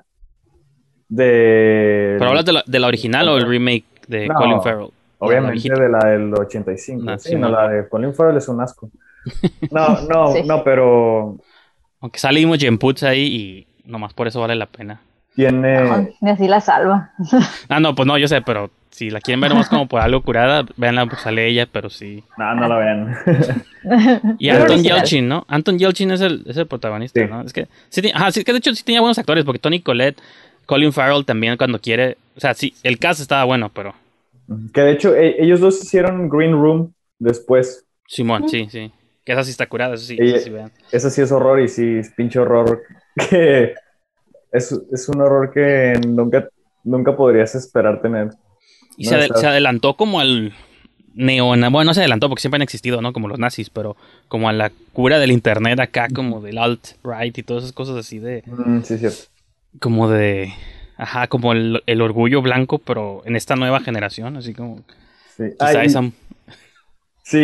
¿Pero del... hablas de la original o el remake de Colin No, Farrell? La obviamente viejita. de la del 85. Nah, Sí, no, Simón. la de Colin Farrell es un asco. No, no, Sí. no, pero Aunque sale Imogen Poots ahí y nomás por eso vale la pena. No, tiene... ni así la salva. Ah, no, pues no, yo sé, pero si la quieren ver nomás como por algo curada, véanla, pues sale ella, pero sí. No, no la vean. Y Pero Anton Pero, original. Yelchin, ¿no? Anton Yelchin es el protagonista, sí. ¿no? Es que sí, sí, es que de hecho sí tenía buenos actores, porque Toni Collette, Colin Farrell también cuando quiere. O sea, sí, el cast estaba bueno, pero. Que de hecho ellos dos hicieron Green Room después. Simón, sí, sí. Que esa sí está curada, Y eso sí, vean. eso sí es horror y sí es pinche horror que es un horror que nunca podrías esperar tener. Y ¿No? se adelantó como al bueno, no se adelantó porque siempre han existido, ¿no? Como los nazis, pero como a la cura del internet acá, como del alt-right y todas esas cosas así de... Sí, es cierto. Como de... Ajá, como el orgullo blanco, pero en esta nueva generación, así como... Sí. Quizá esa... Sí,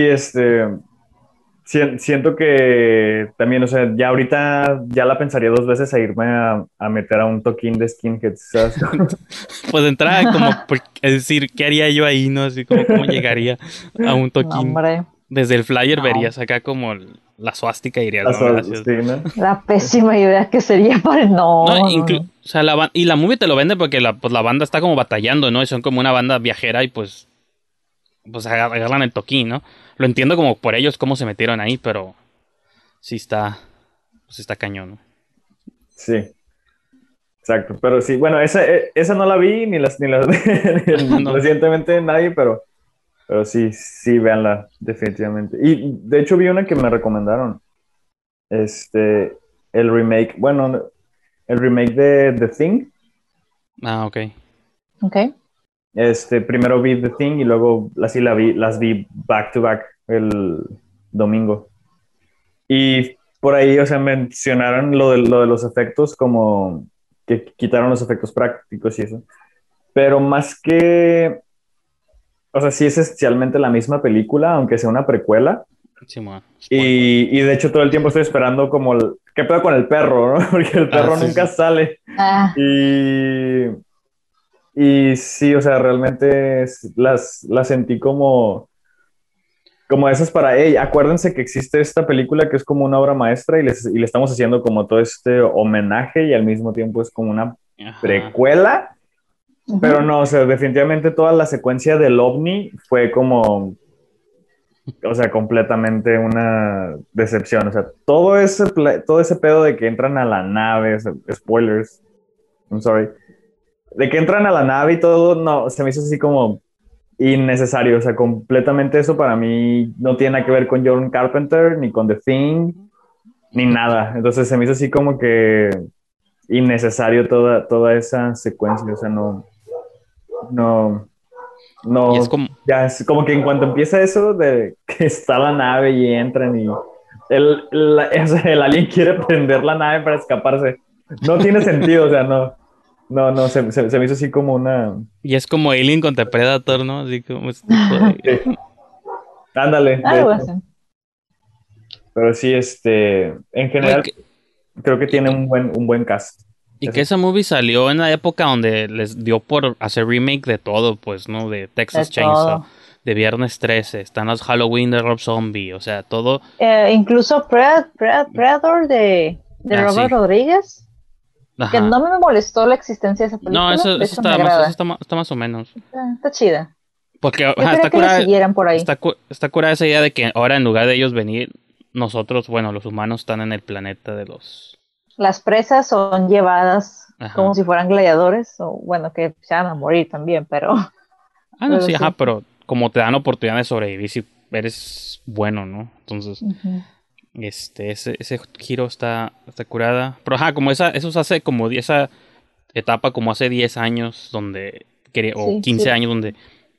siento que también, o sea, ya ahorita ya la pensaría dos veces a irme a meter a un toquín de skinheads, ¿sabes? Pues de entrada, como, es decir, ¿qué haría yo ahí, no? Así como, ¿cómo llegaría a un No, toquín? hombre. Desde el flyer No. verías acá como la suástica y dirías, O no, gracias. sí, ¿no? La pésima idea que sería para... No, No, no, no. o sea, y la movie te lo vende porque pues la banda está como batallando, ¿no? Y son como una banda viajera y pues agarran el toquín, ¿no? Lo entiendo como por ellos cómo se metieron ahí, pero pues está cañón, ¿no? Sí, exacto. Pero sí, bueno, esa no la vi ni las No. recientemente nadie, pero sí, sí, véanla, definitivamente. Y de hecho vi una que me recomendaron. Este, el remake, bueno, el remake de The Thing. Ah, ok. Ok. Primero vi The Thing y luego así las vi back to back el domingo. Y por ahí, o sea, mencionaron lo de los efectos, como que quitaron los efectos prácticos y eso. Pero más que, o sea, sí es esencialmente la misma película, aunque sea una precuela. Sí, bueno, spoiler. Y de hecho todo el tiempo estoy esperando como, ¿qué pedo con el perro, no? Porque el Ah, perro sí, nunca sí. sale. Ah, Y, y sí, o sea, realmente las sentí como esas para, hey, acuérdense que existe esta película que es como una obra maestra y le estamos haciendo como todo este homenaje y al mismo tiempo es como una Ajá. precuela, pero ujú. no, o sea, definitivamente toda la secuencia del OVNI fue como, o sea, completamente una decepción, o sea, todo ese pedo de que entran a la nave, spoilers, I'm sorry, de que entran a la nave y todo, no, se me hizo así como innecesario, o sea, completamente eso para mí no tiene nada que ver con John Carpenter, ni con The Thing, ni nada. Entonces se me hizo así como que innecesario toda esa secuencia, o sea, no, Y es no, como, ya es como que en cuanto empieza eso de que está la nave y entran y o sea, el alien quiere prender la nave para escaparse, no tiene sentido, o sea, no, se me hizo así como una... y es como Alien contra Predator, ¿no? Así como ese tipo de... Sí, ándale, de Algo hecho. así. Pero sí, en No, general creo que y tiene que, un buen cast. y que Eso. esa movie salió en la época donde les dio por hacer remake de todo, pues, ¿no? De De Texas Chainsaw, todo. de Viernes 13, están los Halloween de Rob Zombie, o sea, todo... Incluso Predator de Sí. Robert Rodríguez, que Ajá. no me molestó la existencia de esa No, película, de eso hecho me agrada. está más o menos. Está chida. Porque Yo ajá, quería que le siguieran por ahí. está curada esa idea de que ahora en lugar de ellos venir, nosotros, bueno, los humanos están en el planeta de los... Las presas son llevadas como Ajá. si fueran gladiadores, o bueno, que se van a morir también, pero, Ah, no, pero sí, ajá, sí. pero como te dan oportunidad de sobrevivir si eres bueno, ¿no? Entonces, Ujú. ese giro está curada. Pero ajá, como eso se hace como esa etapa como hace 10 años donde quería, o Sí, 15 sí. años donde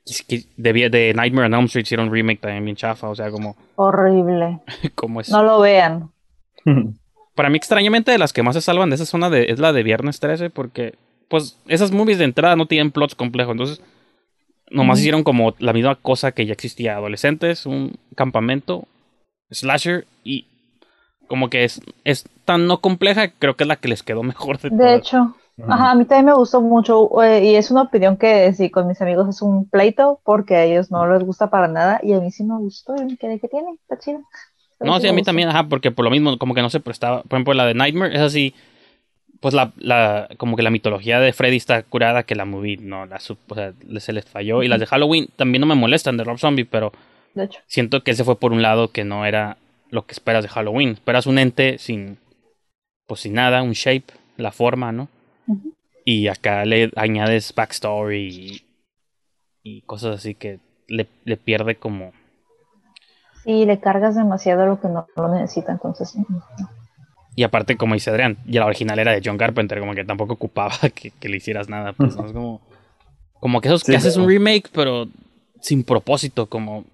de Nightmare on Elm Street hicieron un remake también bien chafa, o sea, Horrible. como es. No lo vean. Para mí extrañamente de las que más se salvan de esa zona es la de Viernes 13 porque pues esas movies de entrada no tienen plots complejos, entonces nomás Ujú. hicieron como la misma cosa que ya existía, adolescentes, un campamento, slasher y como que es tan no compleja, creo que es la que les quedó mejor de De todas. hecho, ajá, a mí también me gustó mucho y es una opinión que sí, con mis amigos es un pleito porque a ellos no les gusta para nada y a mí sí me gustó y me quedé que tiene, está chida, pero No, sí sí, a me mí gustó. también, ajá, porque por lo mismo como que no se prestaba, por ejemplo, la de Nightmare es así, pues como que la mitología de Freddy está curada que la movie no o sea, se les falló y las Ujú. de Halloween también no me molestan de Rob Zombie, pero De hecho, siento que ese fue por un lado que no era lo que esperas de Halloween. Esperas un ente pues sin nada, un shape, la forma, ¿no? ujú. Y acá le añades backstory y cosas así que le pierde como... Sí, le cargas demasiado a lo que no lo necesita, entonces. Y aparte, como dice Adrián, ya la original era de John Carpenter, como que tampoco ocupaba que le hicieras nada, pues no es como que esos que Sí, haces un remake, pero sin propósito, como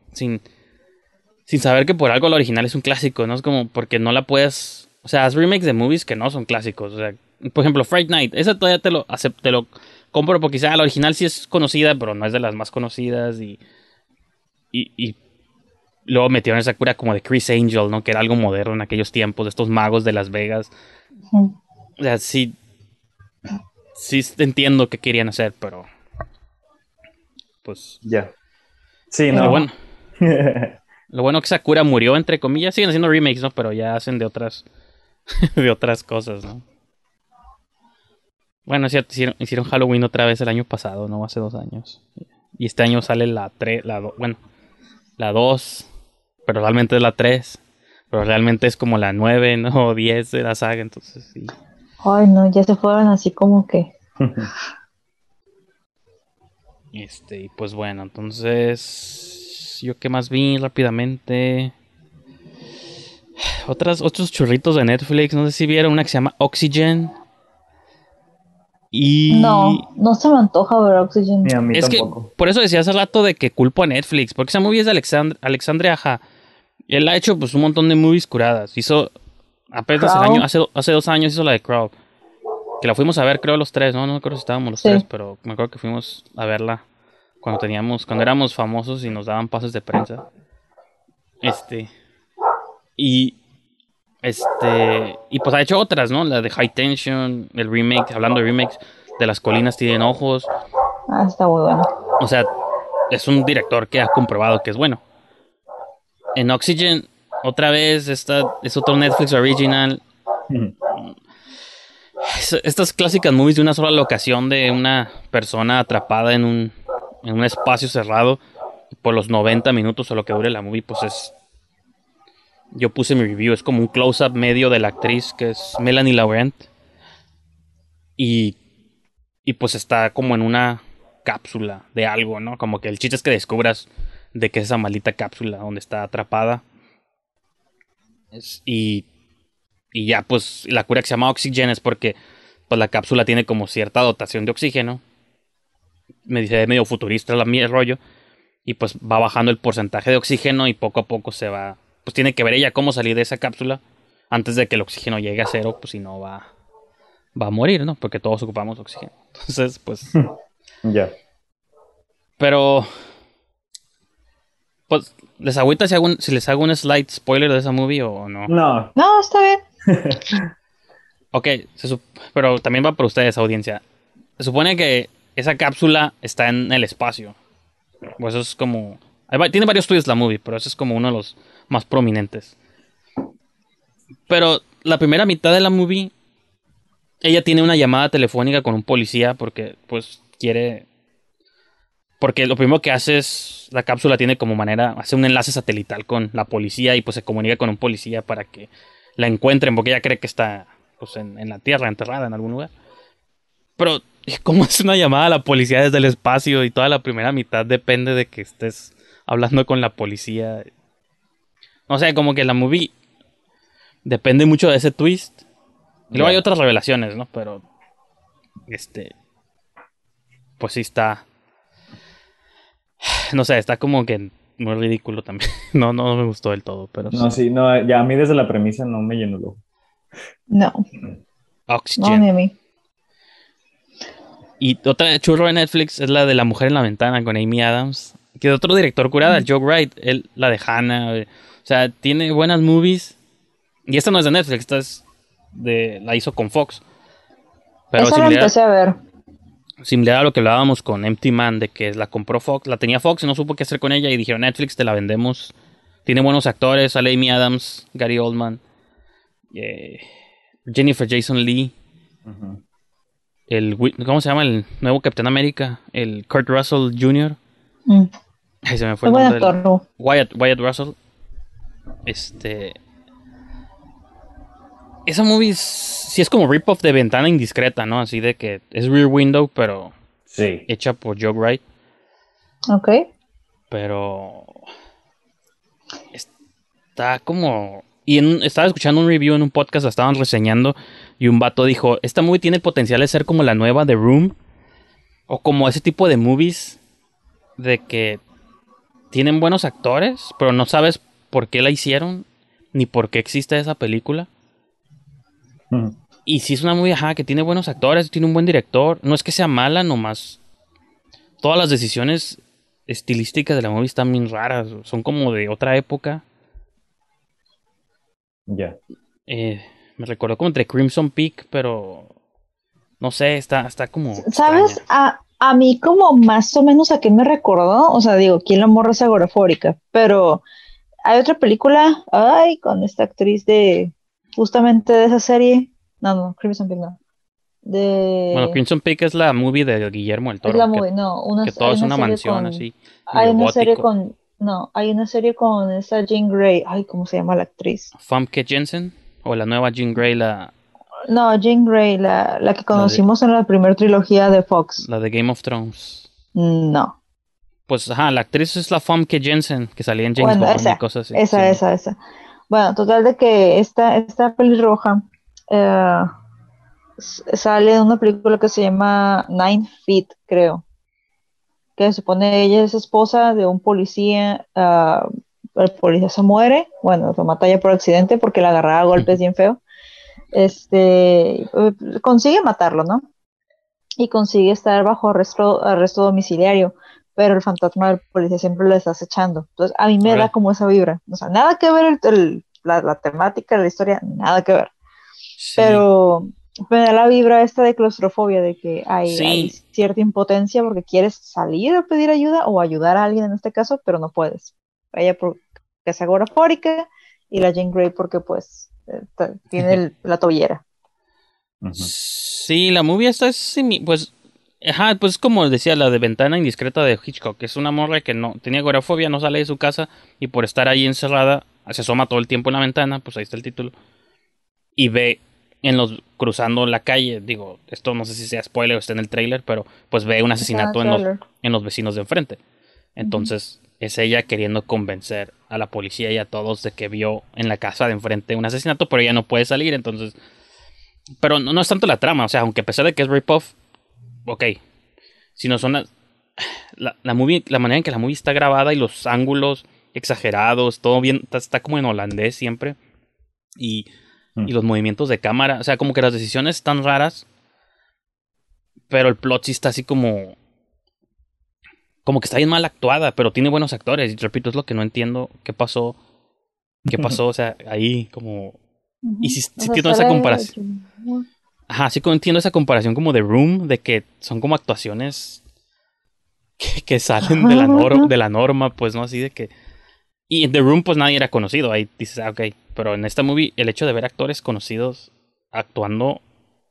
sin saber que por algo la original es un clásico, ¿no? Es como porque no la puedes... O sea, haz remakes de movies que no son clásicos, o sea, Por ejemplo, Fright Night. Esa todavía te lo compro porque quizá la original sí es conocida, pero no es de las más conocidas. Y luego metieron esa cura como de Chris Angel, ¿no? Que era algo moderno en aquellos tiempos, de estos magos de Las Vegas. O sea, sí entiendo qué querían hacer, pero pues... Ya. Sí, Lo no. bueno, lo bueno que Sakura murió, entre comillas. Siguen haciendo remakes, ¿no? Pero ya hacen de otras de otras cosas, ¿no? Bueno, es cierto, hicieron Halloween otra vez el año pasado, ¿no? Hace 2 años. Y este año sale la 3, la 2, pero realmente es la 3. Pero realmente es como la 9, ¿no? O 10 de la saga, entonces sí. Ay, no, ya se fueron así como que. Y pues bueno, entonces... ¿Yo qué más vi rápidamente? Otros churritos de Netflix, no sé si vieron una que se llama Oxygen. Y... No se me antoja ver Oxygen. Ni a mí es tampoco. que, por eso decía hace rato de que culpo a Netflix, porque esa movie es de Alexandre Aja. Él ha hecho pues un montón de movies curadas. Hizo apenas el año, hace 2 años hizo la de Crowd. Que la fuimos a ver, creo, los 3, ¿no? No me acuerdo si estábamos los 3, pero me acuerdo que fuimos a verla cuando éramos famosos y nos daban pases de prensa. Y y pues ha hecho otras, ¿no? La de High Tension, el remake, hablando de remakes, de Las Colinas Tienen Ojos. Está muy bueno. O sea, es un director que ha comprobado que es bueno. En Oxygen, otra vez, es otro Netflix original. Estas clásicas movies de una sola locación de una persona atrapada en un espacio cerrado por los 90 minutos o lo que dure la movie, pues es... Yo puse mi review, es como un close-up medio de la actriz que es Melanie Laurent. Y pues está como en una cápsula de algo, ¿no? Como que el chiste es que descubras de qué es esa maldita cápsula donde está atrapada. Y ya, pues la cura que se llama Oxygen es porque pues la cápsula tiene como cierta dotación de oxígeno. Me dice medio futurista el rollo. Y pues va bajando el porcentaje de oxígeno y poco a poco se va... Pues tiene que ver ella cómo salir de esa cápsula antes de que el oxígeno llegue a 0, pues si no va a morir, ¿no? Porque todos ocupamos oxígeno. Entonces, pues... Ya. Pero... Pues, ¿les agüita si les hago un slide spoiler de esa movie o no? No, está bien. Ok, pero también va para ustedes, audiencia. Se supone que esa cápsula está en el espacio. Pues eso es como... Tiene varios twists la movie, pero ese es como uno de los más prominentes. Pero la primera mitad de la movie, ella tiene una llamada telefónica con un policía porque pues quiere... Porque lo primero que hace es... La cápsula tiene como manera... Hace un enlace satelital con la policía y pues se comunica con un policía para que la encuentren porque ella cree que está pues en la tierra, enterrada en algún lugar. Pero ¿cómo es una llamada a la policía desde el espacio? Y toda la primera mitad depende de que estés hablando con la policía. O sea, como que la movie depende mucho de ese twist. Y luego hay otras revelaciones, ¿no? Pero pues sí está... No sé, está como que muy ridículo también. No me gustó del todo, pero no, sí, no, ya a mí desde la premisa no me llenó el ojo. No. Oxygen. No, ni a mí. Y otra churro de Netflix es la de La Mujer en la Ventana con Amy Adams. Que es otro director curada, Joe Wright. Él, la de Hannah. O sea, tiene buenas movies. Y esta no es de Netflix, esta es la hizo con Fox. Pero esa la empecé a ver. Similar a lo que hablábamos con Empty Man, de que la compró Fox, la tenía Fox y no supo qué hacer con ella y dijeron Netflix, te la vendemos. Tiene buenos actores, sale Amy Adams, Gary Oldman, Jennifer Jason Leigh, ¿cómo se llama el nuevo Capitán América? El Kurt Russell Jr. Ahí se me fue el nombre. Wyatt Russell. Esa movie sí es como rip-off de Ventana Indiscreta, ¿no? Así de que es Rear Window, pero sí, hecha por Joe Wright. Ok. Pero está como... estaba escuchando un review en un podcast, la estaban reseñando y un vato dijo, esta movie tiene el potencial de ser como la nueva The Room o como ese tipo de movies de que tienen buenos actores, pero no sabes por qué la hicieron ni por qué existe esa película. Y sí es una movie, ajá, que tiene buenos actores, tiene un buen director. No es que sea mala, nomás todas las decisiones estilísticas de la movie están bien raras. Son como de otra época. Ya. Me recordó como entre Crimson Peak, pero no sé, está como ¿Sabes? extraña. A mí como más o menos a qué me recordó, o sea, digo, ¿quién la morra es agorafóbica? Pero hay otra película, ay, con esta actriz de, justamente de esa serie, no, Crimson Peak no, Bueno, de, Crimson Peak es la movie de Guillermo del es la Toro, movie, no, que todo hay es una una serie mansión con, así, hay medio una serie gótico. con, no, hay una serie con esa Jean Grey, ay, ¿cómo se llama la actriz? Famke Jensen, o la nueva Jean Grey, No, Jean Grey, la que la de, conocimos en la primera trilogía de Fox, la de Game of Thrones. no. Pues, ajá, la actriz es la Famke Jensen, que salía en James Bueno, Bond y cosas así, esa, Simón. esa, esa. Bueno, total de que esta pelirroja eh, sale de una película que se llama Nine Feet, creo, que se supone ella es esposa de un policía, el policía se muere, bueno, lo mata ya por accidente porque la agarraba a golpes bien feo, consigue matarlo, ¿no? Y consigue estar bajo arresto domiciliario, pero el fantasma del policía siempre lo está acechando. Entonces, a mí me da Órale. como esa vibra. O sea, nada que ver la temática, la historia, nada que ver. Sí, Pero me da la vibra esta de claustrofobia, de que hay sí, cierta impotencia porque quieres salir a pedir ayuda o ayudar a alguien en este caso, pero no puedes. Ella porque es agorafóbica y la Jane Grey porque pues tiene la tobillera. Ujú. sí, la movie esta es pues, ajá, pues como decía la de Ventana Indiscreta de Hitchcock, es una morra que no tenía agorafobia, no sale de su casa y por estar ahí encerrada se asoma todo el tiempo en la ventana, pues ahí está el título, y ve cruzando la calle, digo, esto no sé si sea spoiler o está en el trailer, pero pues ve un Está en el asesinato trailer. en los vecinos de enfrente. Ujú. Entonces es ella queriendo convencer a la policía y a todos de que vio en la casa de enfrente un asesinato, pero ella no puede salir, entonces... Pero no es tanto la trama, o sea, aunque a pesar de que es rip-off, ok, sino son la movie, la manera en que la movie está grabada y los ángulos exagerados, todo bien, está como en holandés siempre, y, y los movimientos de cámara, o sea, como que las decisiones están raras, pero el plot sí está así como que está bien mal actuada, pero tiene buenos actores, y repito, es lo que no entiendo, qué pasó, o sea, ahí como... Y Ujú. si O sí sea, entiendo esa sale comparación. Ajá, sí entiendo esa comparación como de Room, de que son como actuaciones que salen de la norma, pues, ¿no? Así de que... Y en The Room, pues, nadie era conocido. Ahí dices, ah, ok. Pero en esta movie, el hecho de ver actores conocidos actuando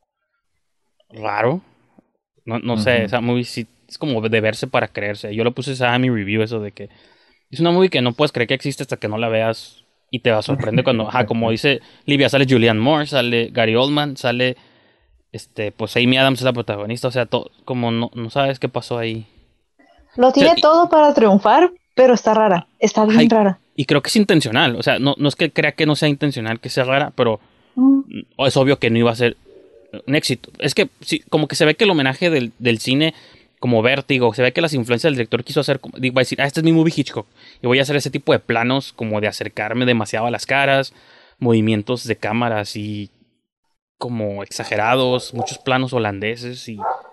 raro, no sé, Ujú. esa movie sí es como de verse para creerse. Yo lo puse en mi review, eso de que es una movie que no puedes creer que existe hasta que no la veas y te va a sorprender cuando, ajá, como dice Livia, sale Julianne Moore, sale Gary Oldman, sale, pues Amy Adams es la protagonista, o sea, como no sabes qué pasó ahí. Lo O sea, tiene todo para triunfar, pero está rara, está bien ay, rara. y creo que es intencional. O sea, no es que crea que no sea intencional que sea rara, pero Mm, es obvio que no iba a ser un éxito. Es que sí, como que se ve que el homenaje del cine, como Vértigo, se ve que las influencias del director quiso hacer, va a decir, este es mi movie Hitchcock. Y voy a hacer ese tipo de planos como de acercarme demasiado a las caras, movimientos de cámara así como exagerados, muchos planos holandeses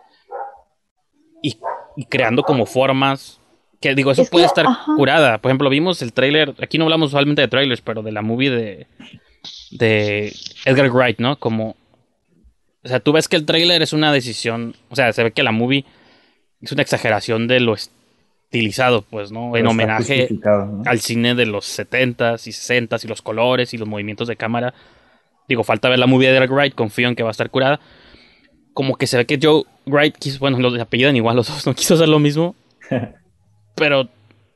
y, y creando como formas. Que digo, eso Es puede que, estar ajá, curada. Por ejemplo, vimos el tráiler, aquí no hablamos usualmente de trailers, pero de la movie de Edgar Wright, ¿no? Como, o sea, tú ves que el tráiler es una decisión, o sea, se ve que la movie es una exageración de lo estilizado, pues, ¿no? En Pero está homenaje justificado, ¿no? al cine de los 70s y 60s y los colores y los movimientos de cámara. Digo, falta ver la movie de Edgar Wright, confío en que va a estar curada. Como que se ve que Joe Wright quiso, bueno, los apellidan igual los dos, no quiso hacer lo mismo, pero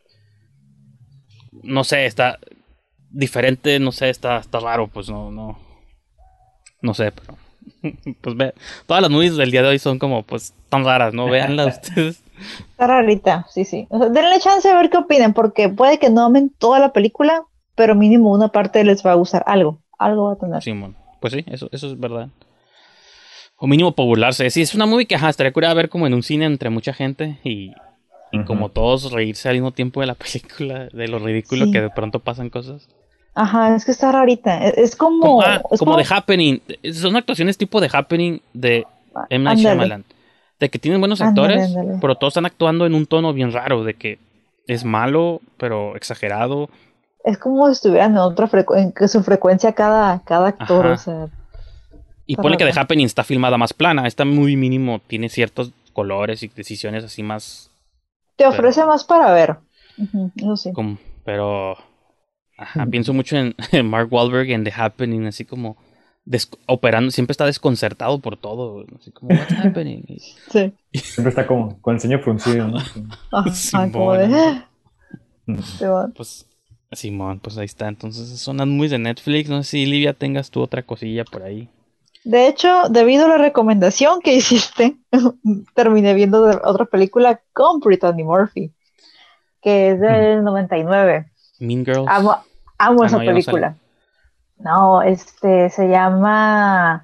no sé, está diferente, no sé, está raro, pues no sé, pero pues ve, todas las movies del día de hoy son como pues tan raras, ¿no? Véanlas ustedes. está rarita, sí, sí. O sea, denle chance a ver qué opinan, porque puede que no amen toda la película, pero mínimo una parte les va a gustar algo va a tener. Simón, pues sí, eso es verdad. O mínimo por burlarse. Sí, es una movie que ajá, estaría curada ver como en un cine entre mucha gente y como Ujú. todos reírse al mismo tiempo de la película, de lo ridículo que Sí. de pronto pasan cosas. Ajá, es que está rarita. Es como... es como The Happening. Son actuaciones tipo The Happening de M. Night Ándale, Shyamalan. De que tienen buenos ándale, actores, ándale. pero todos están actuando en un tono bien raro. De que es malo, pero exagerado. Es como si estuvieran en otra en que su frecuencia cada actor, o Ajá. sea, Y está ponle que The rara. Happening está filmada más plana. Está muy mínimo. Tiene ciertos colores y decisiones así más. Te ofrece Pero. más para ver. Ujú, eso sí. Pero. Ajá, pienso mucho en Mark Wahlberg en The Happening. Así como. Operando. Siempre está desconcertado por todo. Así como, What's happening? Sí. Siempre está como con el ceño fruncido, ¿no? Sí. Ajá, como Simón, de... ándale. Simón. Pues. Simón, pues ahí está. Entonces son las movies de Netflix. No sé si Livia tengas tú otra cosilla por ahí. De hecho, debido a la recomendación que hiciste, terminé viendo otra película con Brittany Murphy, que es del 99. Mean Girls. Amo, amo Ah, esa no, ya no sale. película. No, se llama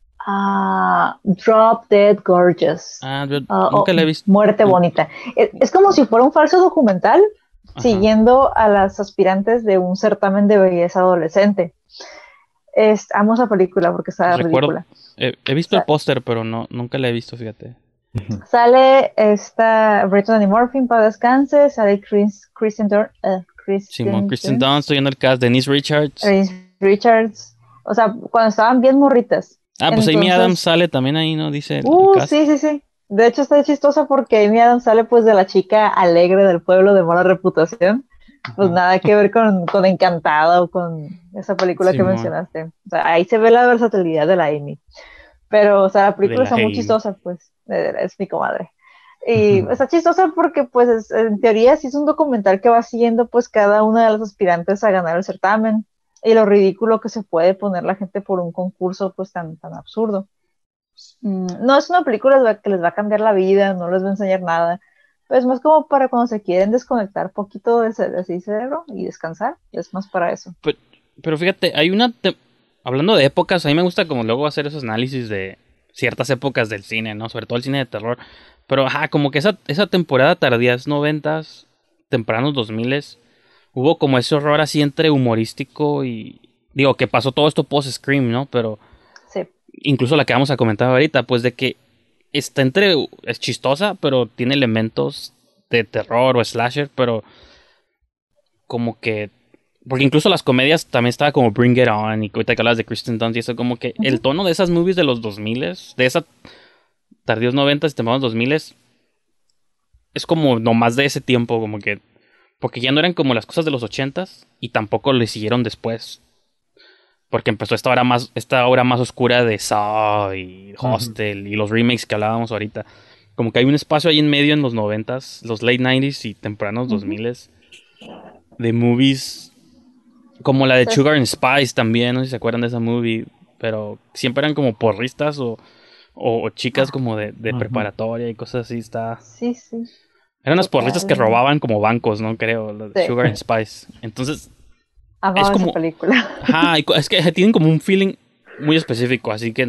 Drop Dead Gorgeous. Ah, yo O nunca la he visto. Muerte Bonita. Es como si fuera un falso documental Ajá. siguiendo a las aspirantes de un certamen de belleza adolescente. Amo esa película porque está Recuerdo. ridícula. He visto el póster, pero no, nunca la he visto, fíjate. Sale esta Brittany Murphy para descanse, sale Kristen Simón, Kristen Kristen Dunst, Dunst, estoy en el cast. Denise Richards. Richards, o sea, cuando estaban bien morritas. Ah, pues Amy Adams Entonces, sale también ahí, ¿no? Dice el cast. sí, sí, sí. De hecho está chistosa porque Amy Adams sale pues de la chica alegre del pueblo de mala reputación. Pues Ajá. nada que ver con Encantada o con esa película que Simón, mencionaste. O sea, ahí se ve la versatilidad de la Amy. Pero, o sea, la de película la está muy Amy. chistosa, pues. Es mi comadre. Y está chistosa porque, pues, en teoría sí es un documental que va siguiendo, pues, cada una de las aspirantes a ganar el certamen y lo ridículo que se puede poner la gente por un concurso, pues, tan absurdo. No es una película que les va a cambiar la vida, no les va a enseñar nada, pues más como para cuando se quieren desconectar poquito de ese cerebro y descansar, es más para eso. Pero, pero fíjate, hay hablando de épocas, a mí me gusta como luego hacer esos análisis de ciertas épocas del cine, ¿no? Sobre todo el cine de terror. Pero, ajá, como que esa temporada tardía, noventas, tempranos 2000s, hubo como ese horror así entre humorístico y... Digo, que pasó todo esto post-Scream, ¿no? Pero Sí. incluso la que vamos a comentar ahorita, pues de que está es chistosa, pero tiene elementos de terror o slasher, pero como que... Porque incluso las comedias también estaba como Bring It On y ahorita que hablas de Kristen Dunst y eso, como que el tono de esas movies de los 2000s, de esas tardíos 90s y tempranos 2000s, es como nomás de ese tiempo, como que... Porque ya no eran como las cosas de los 80s y tampoco le siguieron después. Porque empezó esta obra más oscura de Saw y Hostel y los remakes que hablábamos ahorita. Como que hay un espacio ahí en medio en los 90s, los late 90s y tempranos 2000s de movies como la de Entonces, Sugar and Spice también, no sé si se acuerdan de esa movie, pero siempre eran como porristas o chicas como de preparatoria y cosas así. sí, sí, Eran unas porristas que total. robaban como bancos, ¿no? Creo, la de Sí, Sugar and Spice. Entonces, es amaba esa como... película. Ajá, es que tienen como un feeling muy específico, así que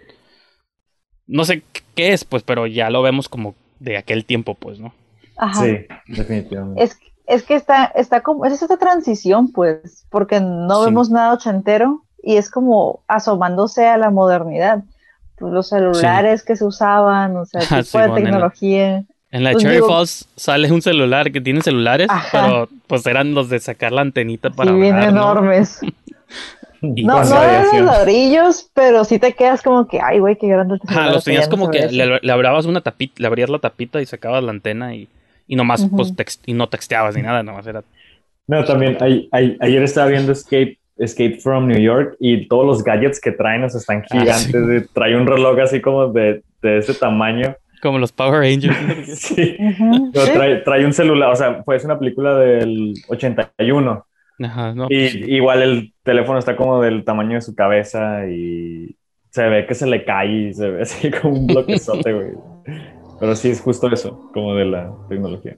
no sé qué es, pues, pero ya lo vemos como de aquel tiempo, pues, ¿no? Ajá. Sí, definitivamente. Es que está como, es esta transición, pues, porque no Sí, vemos nada ochentero y es como asomándose a la modernidad. Pues los sí. celulares que se usaban, o sea, el Ah, tipo de Simón, tecnología. en la de Pues Cherry digo, Falls sale un celular que tiene celulares, ajá, pero pues eran los de sacar la antenita así para bien hablar, ¿no? enormes. Y No, Con no pues, eran los radiación. ladrillos, pero sí te quedas como que, ay, güey, qué grande el ajá, celular, o los sea, ya tenías no se como ve que eso. le abrabas una tapita, le abrías la tapita y sacabas la antena y nomás, pues, Ujú. y no texteabas ni nada, nomás era No, también chicote. ayer estaba viendo Escape from New York y todos los gadgets que traen, o sea, están Ah, sí, gigantes. Trae un reloj así como de ese tamaño. como los Power Rangers, ¿no? Sí, Ujú, pero sí, trae un celular, o sea, pues es una película del 81 Ajá, no, pues sí. y igual el teléfono está como del tamaño de su cabeza y se ve que se le cae y se ve así como un bloquezote, güey. Pero sí es justo eso, como de la tecnología,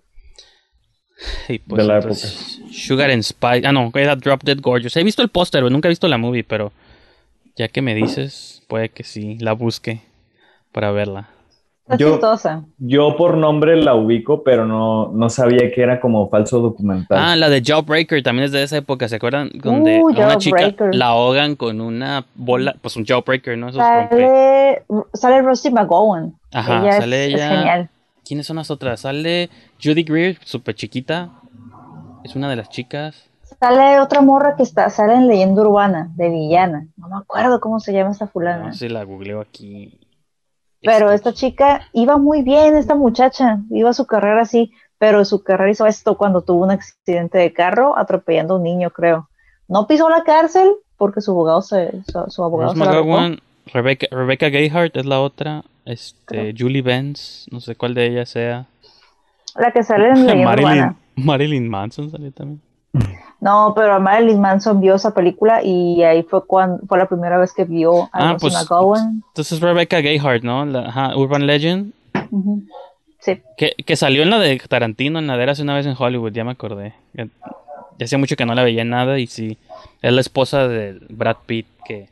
Y de pues la época. entonces, Sugar and Spice. Ah, no, era Drop Dead Gorgeous. He visto el póster, nunca he visto la movie, pero ya que me dices, puede que sí, la busque para verla. Está chistosa. Yo por nombre la ubico, pero no sabía que era como falso documental. Ah, la de Jawbreaker también es de esa época, ¿se acuerdan? Donde a una chica Jawbreaker. la ahogan con una bola, pues un Jawbreaker, ¿no? Esos Sale Rosie McGowan. Ajá, Ella sale es ella. genial. ¿Quiénes son las otras? Sale Judy Greer, súper chiquita. Es una de las chicas. Sale otra morra sale en Leyenda Urbana, de villana. No me acuerdo cómo se llama esta No fulana. sé si la googleo aquí. Pero esta chica iba muy bien, esta muchacha. Iba su carrera así, pero su carrera hizo esto cuando tuvo un accidente de carro atropellando a un niño, creo. No pisó la cárcel porque su abogado Rose se la rifó. McGowan, Rebecca Gayheart es la otra. Julie Benz, no sé cuál de ellas sea. La que sale en Leyenda Urbana. Marilyn Manson salió también. No, pero Marilyn Manson vio esa película y ahí fue fue la primera vez que vio a Rosie pues McGowan. entonces Rebecca Gayheart, ¿no? Urban Legend. Uh-huh. Sí. Que salió en la de Tarantino, en la de Érase una vez en Hollywood, ya me acordé. Ya hacía mucho que no la veía en nada y sí. Es la esposa de Brad Pitt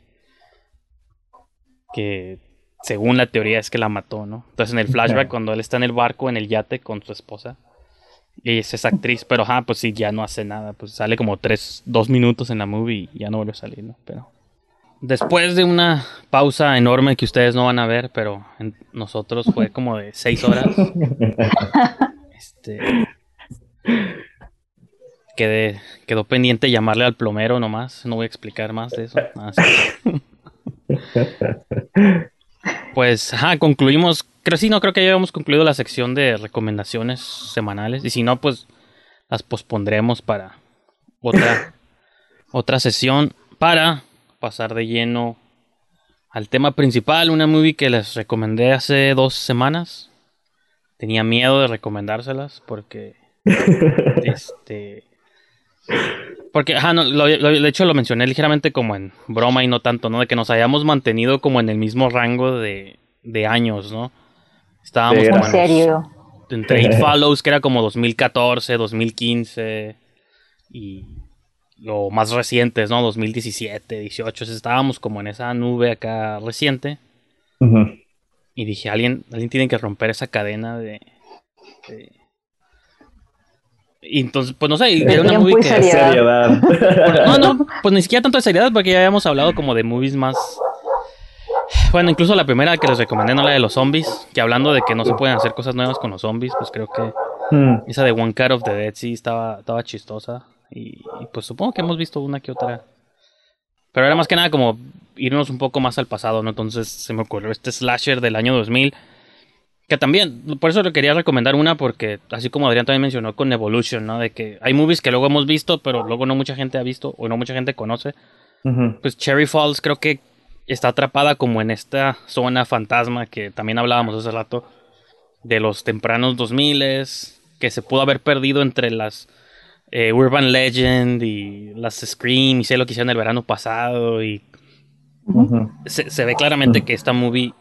que según la teoría es que la mató, ¿no? Entonces en el flashback cuando él está en el barco, en el yate con su esposa, y es esa actriz, pero pues sí, ya no hace nada, pues sale como 2 minutos en la movie y ya no vuelve a salir, ¿no? Pero después de una pausa enorme que ustedes no van a ver, pero nosotros fue como de 6 horas, quedó pendiente llamarle al plomero nomás, no voy a explicar más de eso. Pues, concluimos. Creo que ya habíamos concluido la sección de recomendaciones semanales. Y si no, pues las pospondremos para otra sesión. Para pasar de lleno al tema principal. Una movie que les recomendé hace 2 semanas. Tenía miedo de recomendárselas porque... Porque, de hecho lo mencioné ligeramente como en broma y no tanto, ¿no? De que nos hayamos mantenido como en el mismo rango de años, ¿no? Estábamos como serio. Entre It Follows, que era como 2014, 2015, y lo más recientes, ¿no? 2017, 18, estábamos como en esa nube acá reciente. Uh-huh. Y dije, alguien tiene que romper esa cadena de... Y entonces, pues no sé, era una movie que... seriedad. Pues ni siquiera tanto de seriedad, porque ya habíamos hablado como de movies más... Bueno, incluso la primera que les recomendé, no la de los zombies, que hablando de que no se pueden hacer cosas nuevas con los zombies, pues creo que esa de One Cut of the Dead sí estaba chistosa. Y pues supongo que hemos visto una que otra. Pero era más que nada como irnos un poco más al pasado, ¿no? Entonces se me ocurrió este slasher del año 2000. Que también, por eso le quería recomendar una, porque así como Adrián también mencionó con Evolution, ¿no? De que hay movies que luego hemos visto, pero luego no mucha gente ha visto o no mucha gente conoce. Uh-huh. Pues Cherry Falls creo que está atrapada como en esta zona fantasma que también hablábamos hace rato, de los tempranos 2000, que se pudo haber perdido entre las Urban Legend y las Scream y sé lo que hicieron el verano pasado. Y se ve claramente que esta movie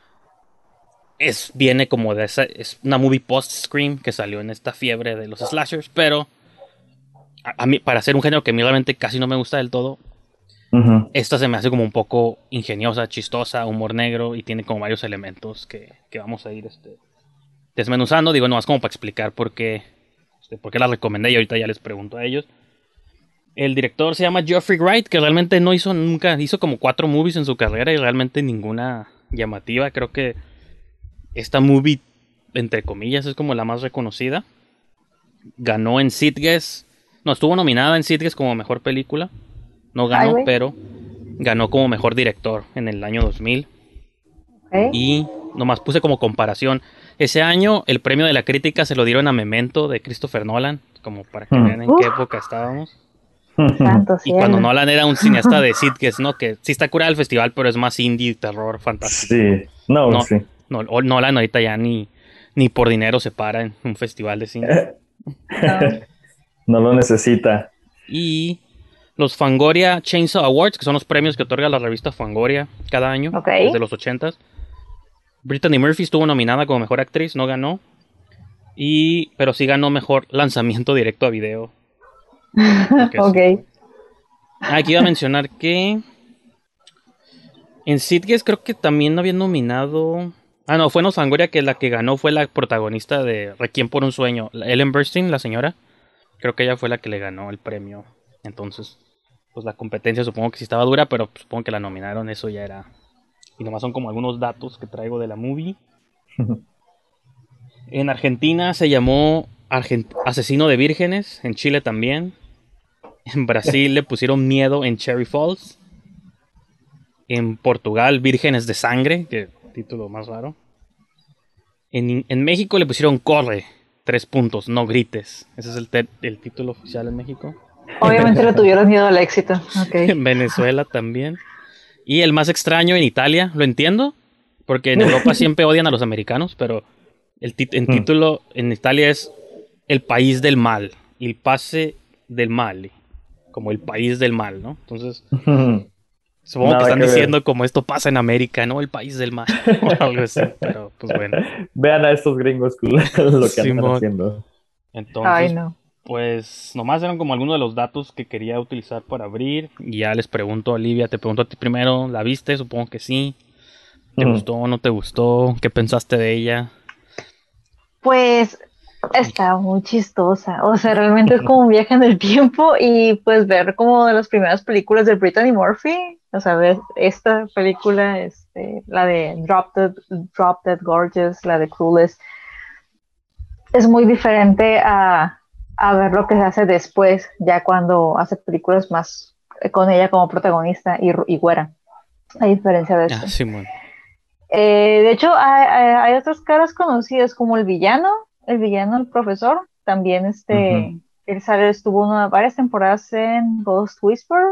viene como de esa, es una movie post-Scream que salió en esta fiebre de los slashers, pero a mí, para ser un género que a mí realmente casi no me gusta del todo, esta se me hace como un poco ingeniosa, chistosa, humor negro, y tiene como varios elementos que vamos a ir desmenuzando. Digo, nomás como para explicar por qué la recomendé y ahorita ya les pregunto a ellos. El director se llama Geoffrey Wright, que realmente no hizo nunca, hizo como 4 movies en su carrera y realmente ninguna llamativa. Creo que esta movie, entre comillas, es como la más reconocida. Ganó en Sitges. No, estuvo nominada en Sitges como mejor película. No ganó, pero ganó como mejor director en el año 2000. Y nomás puse como comparación. Ese año el premio de la crítica se lo dieron a Memento de Christopher Nolan, como para que vean en qué época estábamos. Y cuando Nolan era un cineasta de Sitges, ¿no? Que sí está curado el festival, pero es más indie, terror, fantástico. Sí, sí. Nolan ahorita ya ni por dinero se para en un festival de cine. No lo necesita. Y los Fangoria Chainsaw Awards, que son los premios que otorga la revista Fangoria cada año, desde los 80s. Brittany Murphy estuvo nominada como mejor actriz, no ganó. Pero sí ganó mejor lanzamiento directo a video. Aquí iba a mencionar que en Sitges creo que también habían nominado No, fue No Fangoria, que la que ganó fue la protagonista de Requiem por un sueño. Ellen Burstyn, la señora. Creo que ella fue la que le ganó el premio. Entonces, pues la competencia supongo que sí estaba dura, pero supongo que la nominaron, eso ya era. Y nomás son como algunos datos que traigo de la movie. En Argentina se llamó Asesino de Vírgenes, en Chile también. En Brasil le pusieron Miedo en Cherry Falls. En Portugal, Vírgenes de Sangre, que título más raro. En México le pusieron Corre, 3 puntos, no grites. Ese es el título oficial en México. Obviamente le tuvieron miedo al éxito. Okay. En Venezuela también. Y el más extraño en Italia, lo entiendo, porque en Europa siempre odian a los americanos, pero el título en Italia es El País del Mal, Il Paese del Male, como el país del mal, ¿no? Entonces, supongo que están diciendo como esto pasa en América, ¿no? El país del mal, o algo así, pero pues bueno. Vean a estos gringos lo que andan haciendo. Entonces, ay, no. Pues nomás eran como algunos de los datos que quería utilizar para abrir. Y ya les pregunto a Olivia, te pregunto a ti primero, ¿la viste? Supongo que sí. ¿Te gustó o no te gustó? ¿Qué pensaste de ella? Pues está muy chistosa. O sea, realmente es como un viaje en el tiempo. Y pues ver como de las primeras películas de Brittany Murphy. O sea, ver esta película, la de Drop Dead Gorgeous, la de Clueless. Es muy diferente a ver lo que se hace después, ya cuando hace películas más con ella como protagonista y güera, a diferencia de esto. Sí, bueno. De hecho, hay otras caras conocidas como el villano, el profesor, también él estuvo varias temporadas en Ghost Whisperer.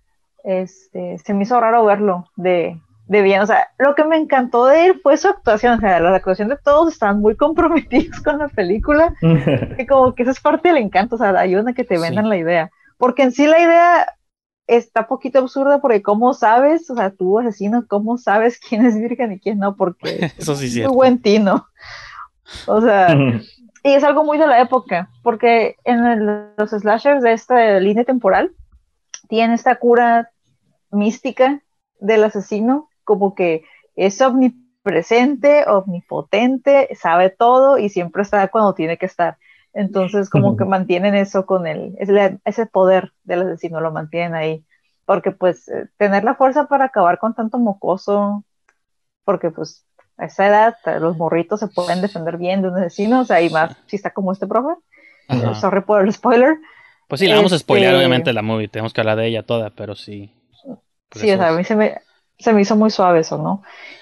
Se me hizo raro verlo de bien, o sea, lo que me encantó de él fue su actuación, o sea, la actuación de todos estaban muy comprometidos con la película, que como que eso es parte del encanto, o sea, ayuda a que te vendan la idea, porque en sí la idea está poquito absurda, porque cómo sabes, o sea, tú asesino, cómo sabes quién es virgen y quién no, porque eso sí es muy buen tino, o sea, y es algo muy de la época, porque en los slashers de esta línea temporal, tiene esta cura mística del asesino, como que es omnipresente, omnipotente, sabe todo y siempre está cuando tiene que estar. Entonces, como que mantienen eso con ese poder del asesino, lo mantienen ahí. Porque, pues, tener la fuerza para acabar con tanto mocoso, porque, pues, a esa edad, los morritos se pueden defender bien de un asesino, o sea, y más si está como este profe. Sorry por el spoiler. Pues sí, la vamos a spoilear, obviamente, la movie. Tenemos que hablar de ella toda, pero sí. Pues sí, o sea, a mí se me hizo muy suave eso, ¿no?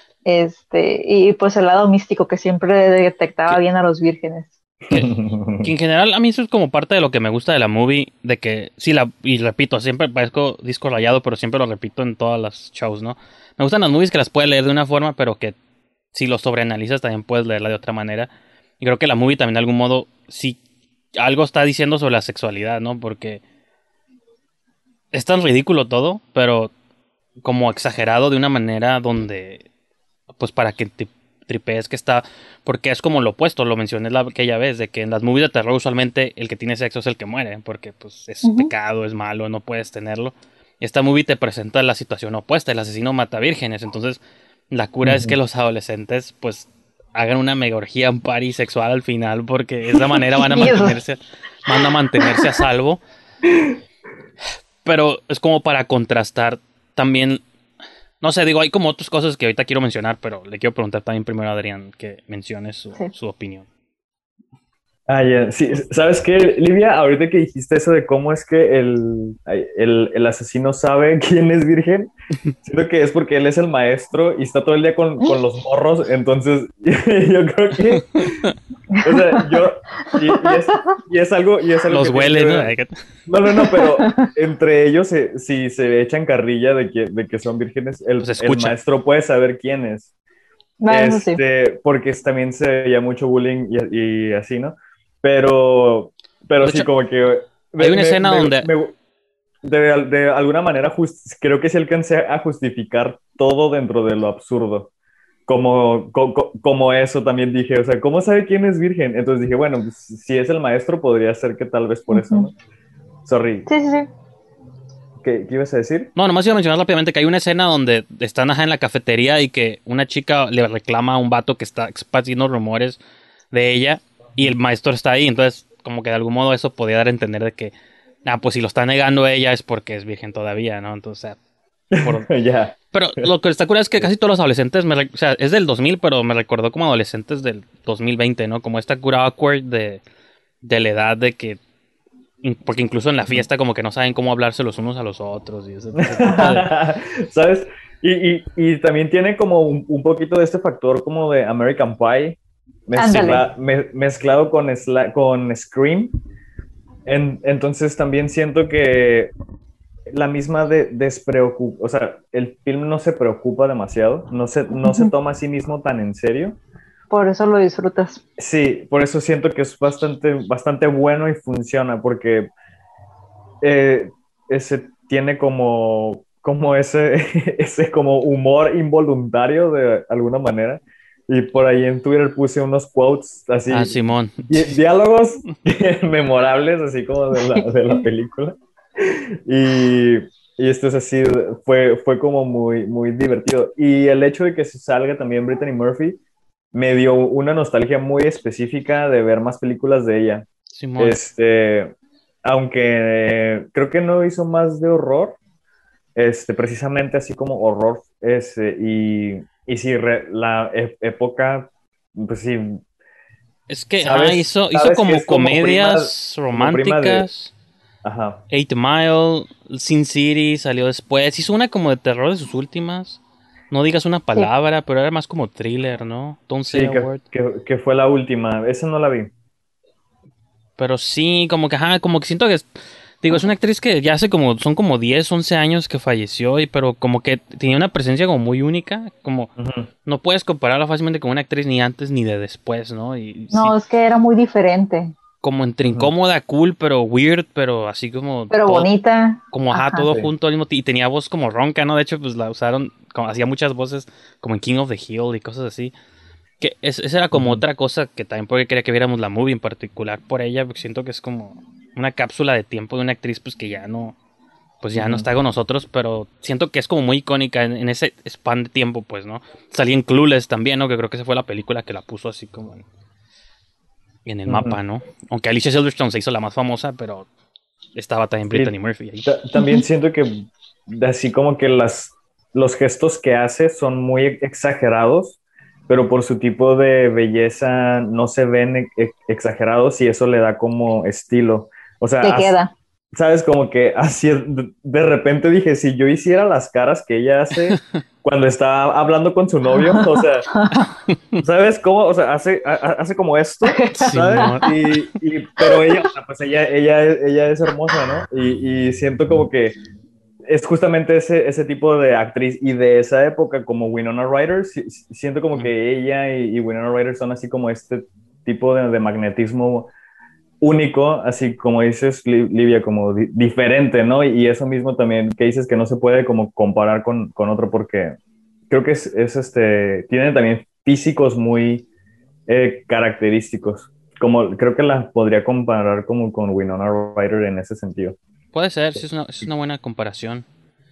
Y pues el lado místico que siempre detectaba bien a los vírgenes. Que en general a mí eso es como parte de lo que me gusta de la movie, de que, sí, y repito, siempre parezco disco rayado, pero siempre lo repito en todas las shows, ¿no? Me gustan las movies que las puedes leer de una forma, pero que si lo sobreanalizas también puedes leerla de otra manera. Y creo que la movie también de algún modo sí algo está diciendo sobre la sexualidad, ¿no? Porque es tan ridículo todo, pero como exagerado de una manera donde, pues para que te tripees que está, porque es como lo opuesto, lo mencioné aquella vez, de que en las movies de terror usualmente el que tiene sexo es el que muere, porque pues es pecado, es malo, no puedes tenerlo. Esta movie te presenta la situación opuesta, el asesino mata vírgenes, entonces la cura es que los adolescentes pues hagan una mega orgía, un party sexual al final, porque de esa manera van a mantenerse a salvo. Pero es como para contrastar también, no sé, digo, hay como otras cosas que ahorita quiero mencionar, pero le quiero preguntar también primero a Adrián que mencione su opinión. Ya. Sí, ¿sabes qué, Livia? Ahorita que dijiste eso de cómo es que el asesino sabe quién es virgen, siento que es porque él es el maestro y está todo el día con los morros, entonces yo creo que, o sea, y es algo los que huele, ¿no? No, pero entre ellos si se echan carrilla de que son vírgenes, el maestro puede saber quién es. Sí. Porque también se veía mucho bullying y así, ¿no? Pero sí, hecho, como que... Hay una escena donde... de alguna manera creo que sí alcancé a justificar todo dentro de lo absurdo. Como eso también dije, o sea, ¿cómo sabe quién es virgen? Entonces dije, bueno, pues, si es el maestro, podría ser que tal vez por eso, ¿no? Sorry. Sí. ¿Qué ibas a decir? No, nomás iba a mencionar rápidamente que hay una escena donde están en la cafetería y que una chica le reclama a un vato que está esparciendo rumores de ella y el maestro está ahí, entonces como que de algún modo eso podía dar a entender de que, pues si lo está negando ella es porque es virgen todavía, ¿no? Entonces, Ya. pero lo que está curioso es que casi todos los adolescentes, o sea, es del 2000, pero me recordó como adolescentes del 2020, ¿no? Como esta cura awkward de la edad de que porque incluso en la fiesta como que no saben cómo hablarse los unos a los otros y ese tipo de... ¿Sabes? Y también tiene como un poquito de este factor como de American Pie mezclado con Scream. Entonces también siento que la misma o sea, el film no se preocupa demasiado, no se toma a sí mismo tan en serio. Por eso lo disfrutas. Sí, por eso siento que es bastante bueno y funciona, porque ese tiene como ese como humor involuntario de alguna manera. Y por ahí en Twitter puse unos quotes así, Simón. diálogos memorables, así como de la película. Y, y esto es así, fue como muy divertido. Y el hecho de que se salga también Brittany Murphy me dio una nostalgia muy específica de ver más películas de ella. Simón. Aunque creo que no hizo más de horror, precisamente así como horror, y sí, la época, pues sí, Es que hizo sabes que como es como comedias como prima románticas. Ajá. 8 Mile, Sin City salió después. Hizo una como de terror de sus últimas. No digas una palabra, pero era más como thriller, ¿no? Don't Say Sí, a Word. que fue la última, esa no la vi. Pero sí, como que, como que siento que digo, es una actriz que ya son como 10, 11 años que falleció, pero como que tenía una presencia como muy única, como Ujú. no puedes compararla fácilmente con una actriz ni antes ni de después, ¿no? Y No, sí, es que era muy diferente, como entre Ujú. incómoda, cool, pero weird, pero así como pero todo, bonita. como Ajá. todo Sí. junto al mismo tiempo, y tenía voz como ronca, ¿no? De hecho, pues la usaron, como hacía muchas voces, como en King of the Hill y cosas así. Que esa era como Ujú. otra cosa que también porque quería que viéramos la movie en particular por ella, porque siento que es como una cápsula de tiempo de una actriz pues que ya no Ujú. está con nosotros, pero siento que es como muy icónica en ese span de tiempo, pues, ¿no? Salí en Clueless también, ¿no? Que creo que esa fue la película que la puso así como en el mapa, Ujú. ¿no? Aunque Alicia Silverstone se hizo la más famosa, pero estaba también Brittany Sí, Murphy ahí. también siento que así como que los gestos que hace son muy exagerados, pero por su tipo de belleza no se ven exagerados y eso le da como estilo. O Le sea, queda. sabes, como que así de repente dije, si yo hiciera las caras que ella hace cuando está hablando con su novio, o sea, ¿sabes cómo? O sea, hace como esto, ¿sabes? Simón. Pero ella, o sea, pues ella es hermosa, ¿no? Y siento como que es justamente ese tipo de actriz y de esa época como Winona Ryder, siento como que ella y Winona Ryder son así como este tipo de magnetismo único, así como dices, Livia, como diferente, ¿no? Y eso mismo también que dices que no se puede como comparar con otro porque creo que tiene también físicos muy característicos. Como creo que la podría comparar como con Winona Ryder en ese sentido. Puede ser, sí es una buena comparación.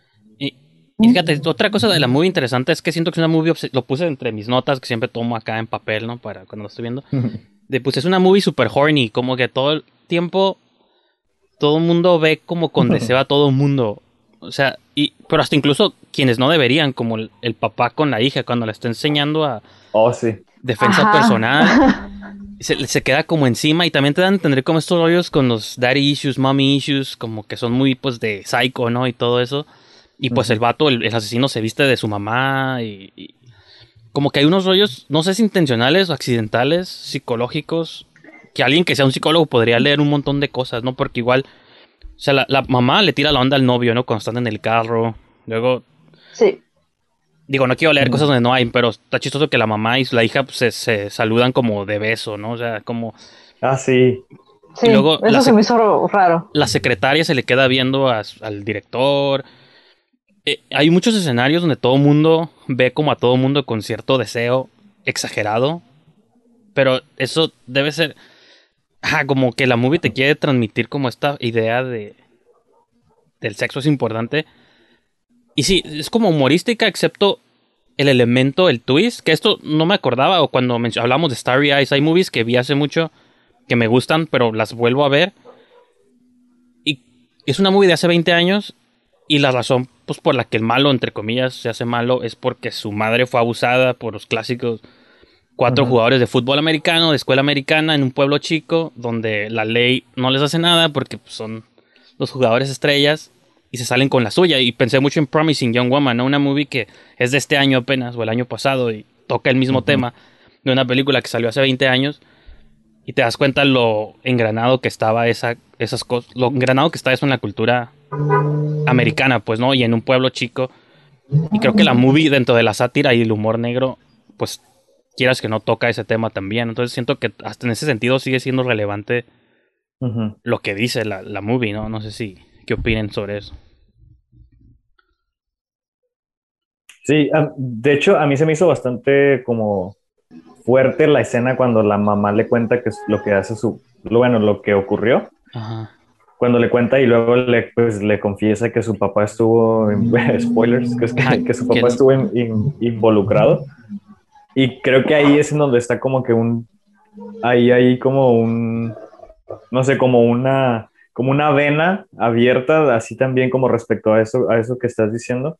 Y fíjate, otra cosa de la movie interesante es que siento que es una movie, lo puse entre mis notas que siempre tomo acá en papel, ¿no? Para cuando lo estoy viendo. Pues es una movie super horny, como que todo el tiempo todo el mundo ve como con deseo a todo el mundo. O sea, pero hasta incluso quienes no deberían, como el papá con la hija, cuando le está enseñando a Oh, sí. defensa personal, Ajá. se queda como encima y también te dan a entender como estos rollos con los daddy issues, mommy issues, como que son muy pues de psycho, ¿no? Y todo eso. Y pues el vato, el asesino se viste de su mamá y como que hay unos rollos, no sé si intencionales o accidentales, psicológicos, que alguien que sea un psicólogo podría leer un montón de cosas, ¿no? Porque igual, o sea, la mamá le tira la onda al novio, ¿no? Cuando están en el carro. Luego, Sí. digo, no quiero leer cosas donde no hay, pero está chistoso que la mamá y la hija pues, se saludan como de beso, ¿no? O sea, como... Ah, sí. Y Sí, luego eso se me hizo raro. la secretaria se le queda viendo al director. Hay muchos escenarios donde todo mundo ve como a todo mundo con cierto deseo exagerado. Pero eso debe ser... como que la movie te quiere transmitir como esta idea del sexo es importante. Y sí, es como humorística, excepto el elemento, el twist, que esto no me acordaba, o cuando hablamos de Starry Eyes, hay movies que vi hace mucho que me gustan, pero las vuelvo a ver. Y es una movie de hace 20 años, y la razón pues por la que el malo, entre comillas, se hace malo es porque su madre fue abusada por los clásicos 4 jugadores de fútbol americano, de escuela americana, en un pueblo chico, donde la ley no les hace nada porque pues, son los jugadores estrellas y se salen con la suya. Y pensé mucho en Promising Young Woman, ¿no? Una movie que es de este año apenas, o el año pasado, y toca el mismo tema de una película que salió hace 20 años. Y te das cuenta lo engranado que estaba esas cosas, lo engranado que está eso en la cultura americana, pues, ¿no? Y en un pueblo chico. Y creo que la movie, dentro de la sátira y el humor negro, pues, quieras que no, toca ese tema también. Entonces siento que hasta en ese sentido sigue siendo relevante lo que dice la movie, ¿no? No sé si qué opinen sobre eso. Sí, de hecho a mí se me hizo bastante como fuerte la escena cuando la mamá le cuenta que es lo que hace lo que ocurrió. Ajá. Cuando le cuenta y luego le confiesa que su papá estuvo, spoilers, que su papá estuvo involucrado. Y creo que ahí es en donde está como que hay como no sé, como una vena abierta, así también como respecto a eso que estás diciendo.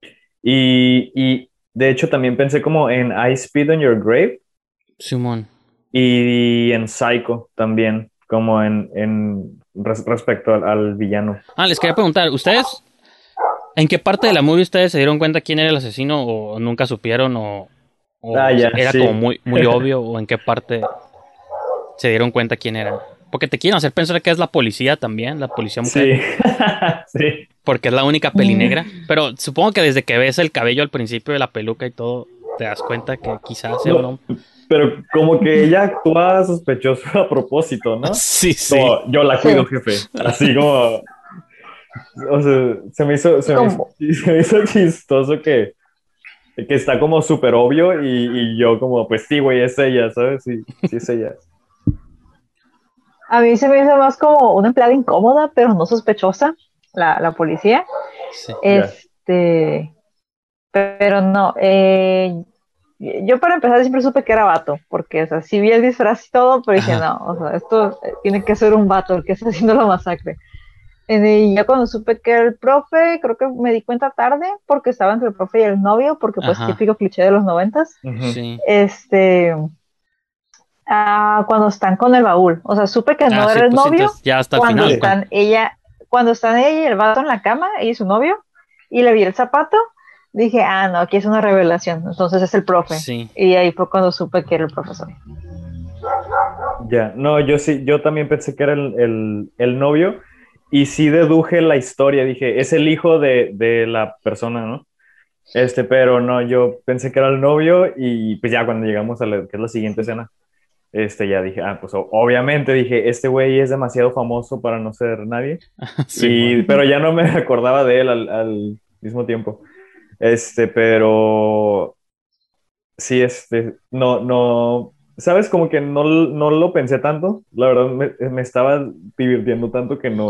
Y de hecho también pensé como en I Spit on Your Grave. Simón. Y en Psycho también, como respecto al villano. Les quería preguntar, ¿ustedes en qué parte de la movie ustedes se dieron cuenta quién era el asesino o nunca supieron o era sí. como muy, muy obvio o en qué parte se dieron cuenta quién era? Porque te quieren hacer pensar que es la policía también, la policía mujer. Sí. Sí. Porque es la única peli negra. Pero supongo que desde que ves el cabello al principio de la peluca y todo, te das cuenta que quizás sea un hombre. Pero como que ella actúa sospechoso a propósito, ¿no? Sí, sí. Como, yo la cuido, jefe. Así como... O sea, se me hizo chistoso que está como súper obvio y yo como, pues sí, güey, es ella, ¿sabes? Sí, sí es ella. A mí se me hizo más como una empleada incómoda, pero no sospechosa, la policía. Sí. Pero no. Yo para empezar siempre supe que era vato, porque, o sea, sí vi el disfraz y todo, pero dije, no, o sea, esto tiene que ser un vato el que está haciendo la masacre. Y ya cuando supe que era el profe, creo que me di cuenta tarde, porque estaba entre el profe y el novio, porque pues típico cliché de los 90s. Sí. Cuando están con el baúl, o sea, supe que no era el pues, novio, ya hasta el cuando final. cuando están ella y el vato en la cama, ella y su novio, y le vi el zapato, dije, no, aquí es una revelación, entonces es el profe. Sí. Y ahí fue cuando supe que era el profesor. Ya, no, yo también pensé que era el novio y sí deduje la historia, dije, es el hijo de la persona, ¿no? Pero no, yo pensé que era el novio y pues ya cuando llegamos a que es la siguiente escena, ya dije, pues obviamente dije, este güey es demasiado famoso para no ser nadie, Sí, pero ya no me acordaba de él al mismo tiempo. Pero sí, no, sabes, como que no lo pensé tanto, la verdad me estaba divirtiendo tanto que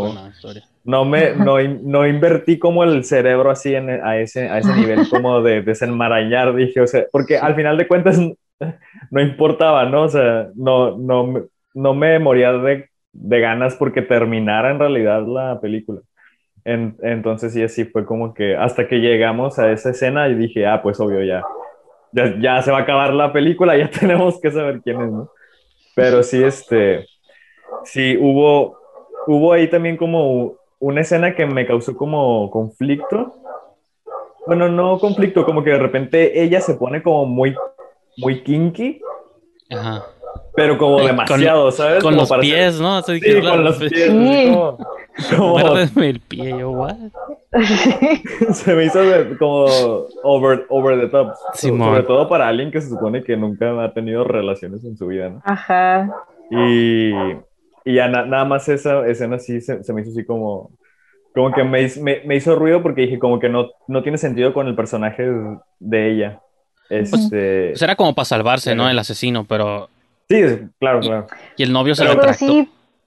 no invertí como el cerebro así a ese nivel como de desenmarañar, dije, o sea, porque al final de cuentas no importaba, ¿no? O sea, no me moría de ganas porque terminara en realidad la película. Entonces sí, así fue como que hasta que llegamos a esa escena y dije, pues obvio, ya se va a acabar la película, ya tenemos que saber quién es, ¿no? Pero sí, sí hubo ahí también como una escena que me causó como conflicto. Bueno, no conflicto, como que de repente ella se pone como muy, muy kinky. Ajá. Pero como demasiado, ¿sabes? Con como los pies, ser... ¿no? Así sí, con los pies. Sí. Muérdeme el pie, yo, what? Se me hizo como over the top. Sobre todo para alguien que se supone que nunca ha tenido relaciones en su vida, ¿no? Ajá. Y ya nada más esa escena sí se me hizo así como que me hizo ruido porque dije como que no tiene sentido con el personaje de ella. Pues era como para salvarse, ¿no? El asesino, pero... Sí, claro. Y el novio se retractó. Sí,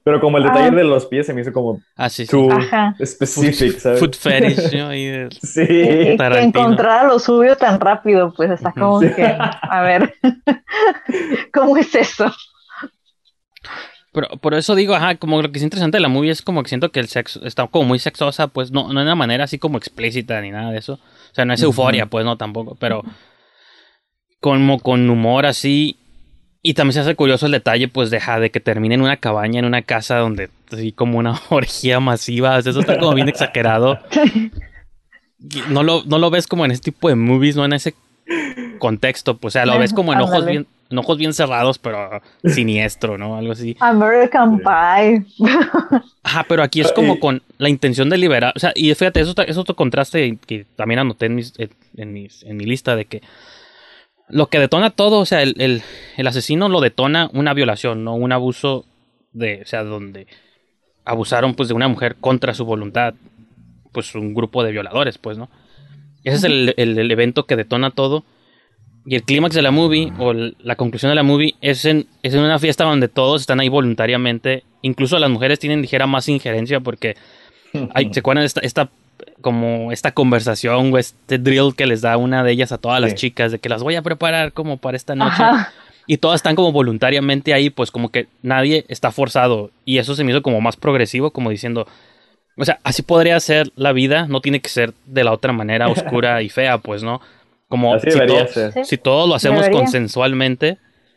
Pero como el detalle de los pies se me hizo como Sí. too Ajá. specific, ¿sabes? Food fetish, ¿no? Ahí de Sí. Que Tarantino. encontrara lo suyo tan rápido, pues está como que, a ver, ¿cómo es eso? Pero por eso digo, como lo que es interesante de la movie es como que siento que el sexo está como muy sexosa, pues no de una manera así como explícita ni nada de eso. O sea, no es euforia, pues no tampoco, pero como con humor así. Y también se hace curioso el detalle, pues, de que termine en una cabaña, en una casa donde así como una orgía masiva. O sea, eso está como bien exagerado. No lo ves como en ese tipo de movies, no en ese contexto. Pues, o sea, lo ves como en Ándale. ojos bien cerrados, pero siniestro, ¿no? Algo así. American Pie. Pero aquí es como con la intención de liberar. O sea, y fíjate, eso es otro contraste que también anoté en mi lista de que lo que detona todo, o sea, el asesino lo detona una violación, no un abuso o sea, donde abusaron pues de una mujer contra su voluntad, pues un grupo de violadores, pues, ¿no? Ese es el evento que detona todo. Y el clímax de la movie, o la conclusión de la movie, es en una fiesta donde todos están ahí voluntariamente. Incluso las mujeres tienen ligera más injerencia porque ¿se acuerdan de esta conversación o este drill que les da una de ellas a todas las chicas de que las voy a preparar como para esta noche? Ajá. Y todas están como voluntariamente ahí, pues como que nadie está forzado. Y eso se me hizo como más progresivo, como diciendo, o sea, así podría ser la vida, no tiene que ser de la otra manera oscura y fea, pues, ¿no? Como Así debería ser. Sí, si todos lo hacemos debería. consensualmente,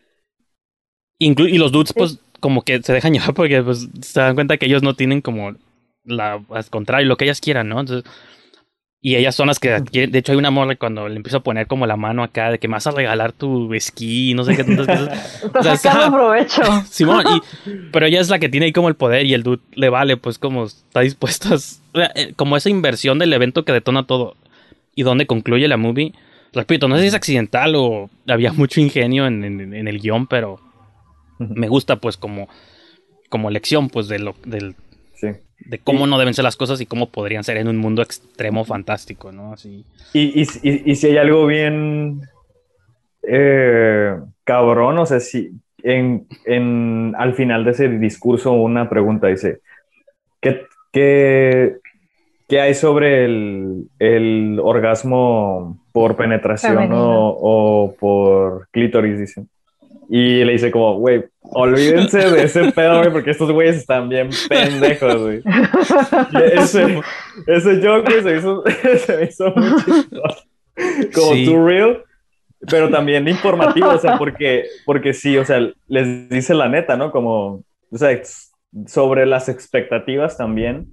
y los dudes, Sí. pues, como que se dejan llevar porque pues se dan cuenta que ellos no tienen como al contrario, lo que ellas quieran, ¿no? Entonces, y ellas son las que adquieren. De hecho, hay una morra cuando le empiezo a poner como la mano acá de que me vas a regalar tu esquí, no sé qué tantas cosas. Está O sea, sacando provecho. Simón, pero ella es la que tiene ahí como el poder y el dude le vale, pues como está dispuesto como esa inversión del evento que detona todo y donde concluye la movie. Repito, no sé si es accidental o había mucho ingenio en el guión, pero me gusta pues como lección pues Sí. de cómo no deben ser las cosas y cómo podrían ser en un mundo extremo fantástico, ¿no? Así. Y si hay algo bien cabrón, o sea, si al final de ese discurso una pregunta dice, ¿qué, qué, qué hay sobre el orgasmo por penetración Femenino. o por clítoris? Dicen. Y le dice como, güey, olvídense de ese pedo, güey, porque estos güeyes están bien pendejos, güey. Y ese joke, güey, se me hizo muy chistoso. Como Sí. too real, pero también informativo, o sea, porque sí, o sea, les dice la neta, ¿no? Como, o sea, sobre las expectativas también,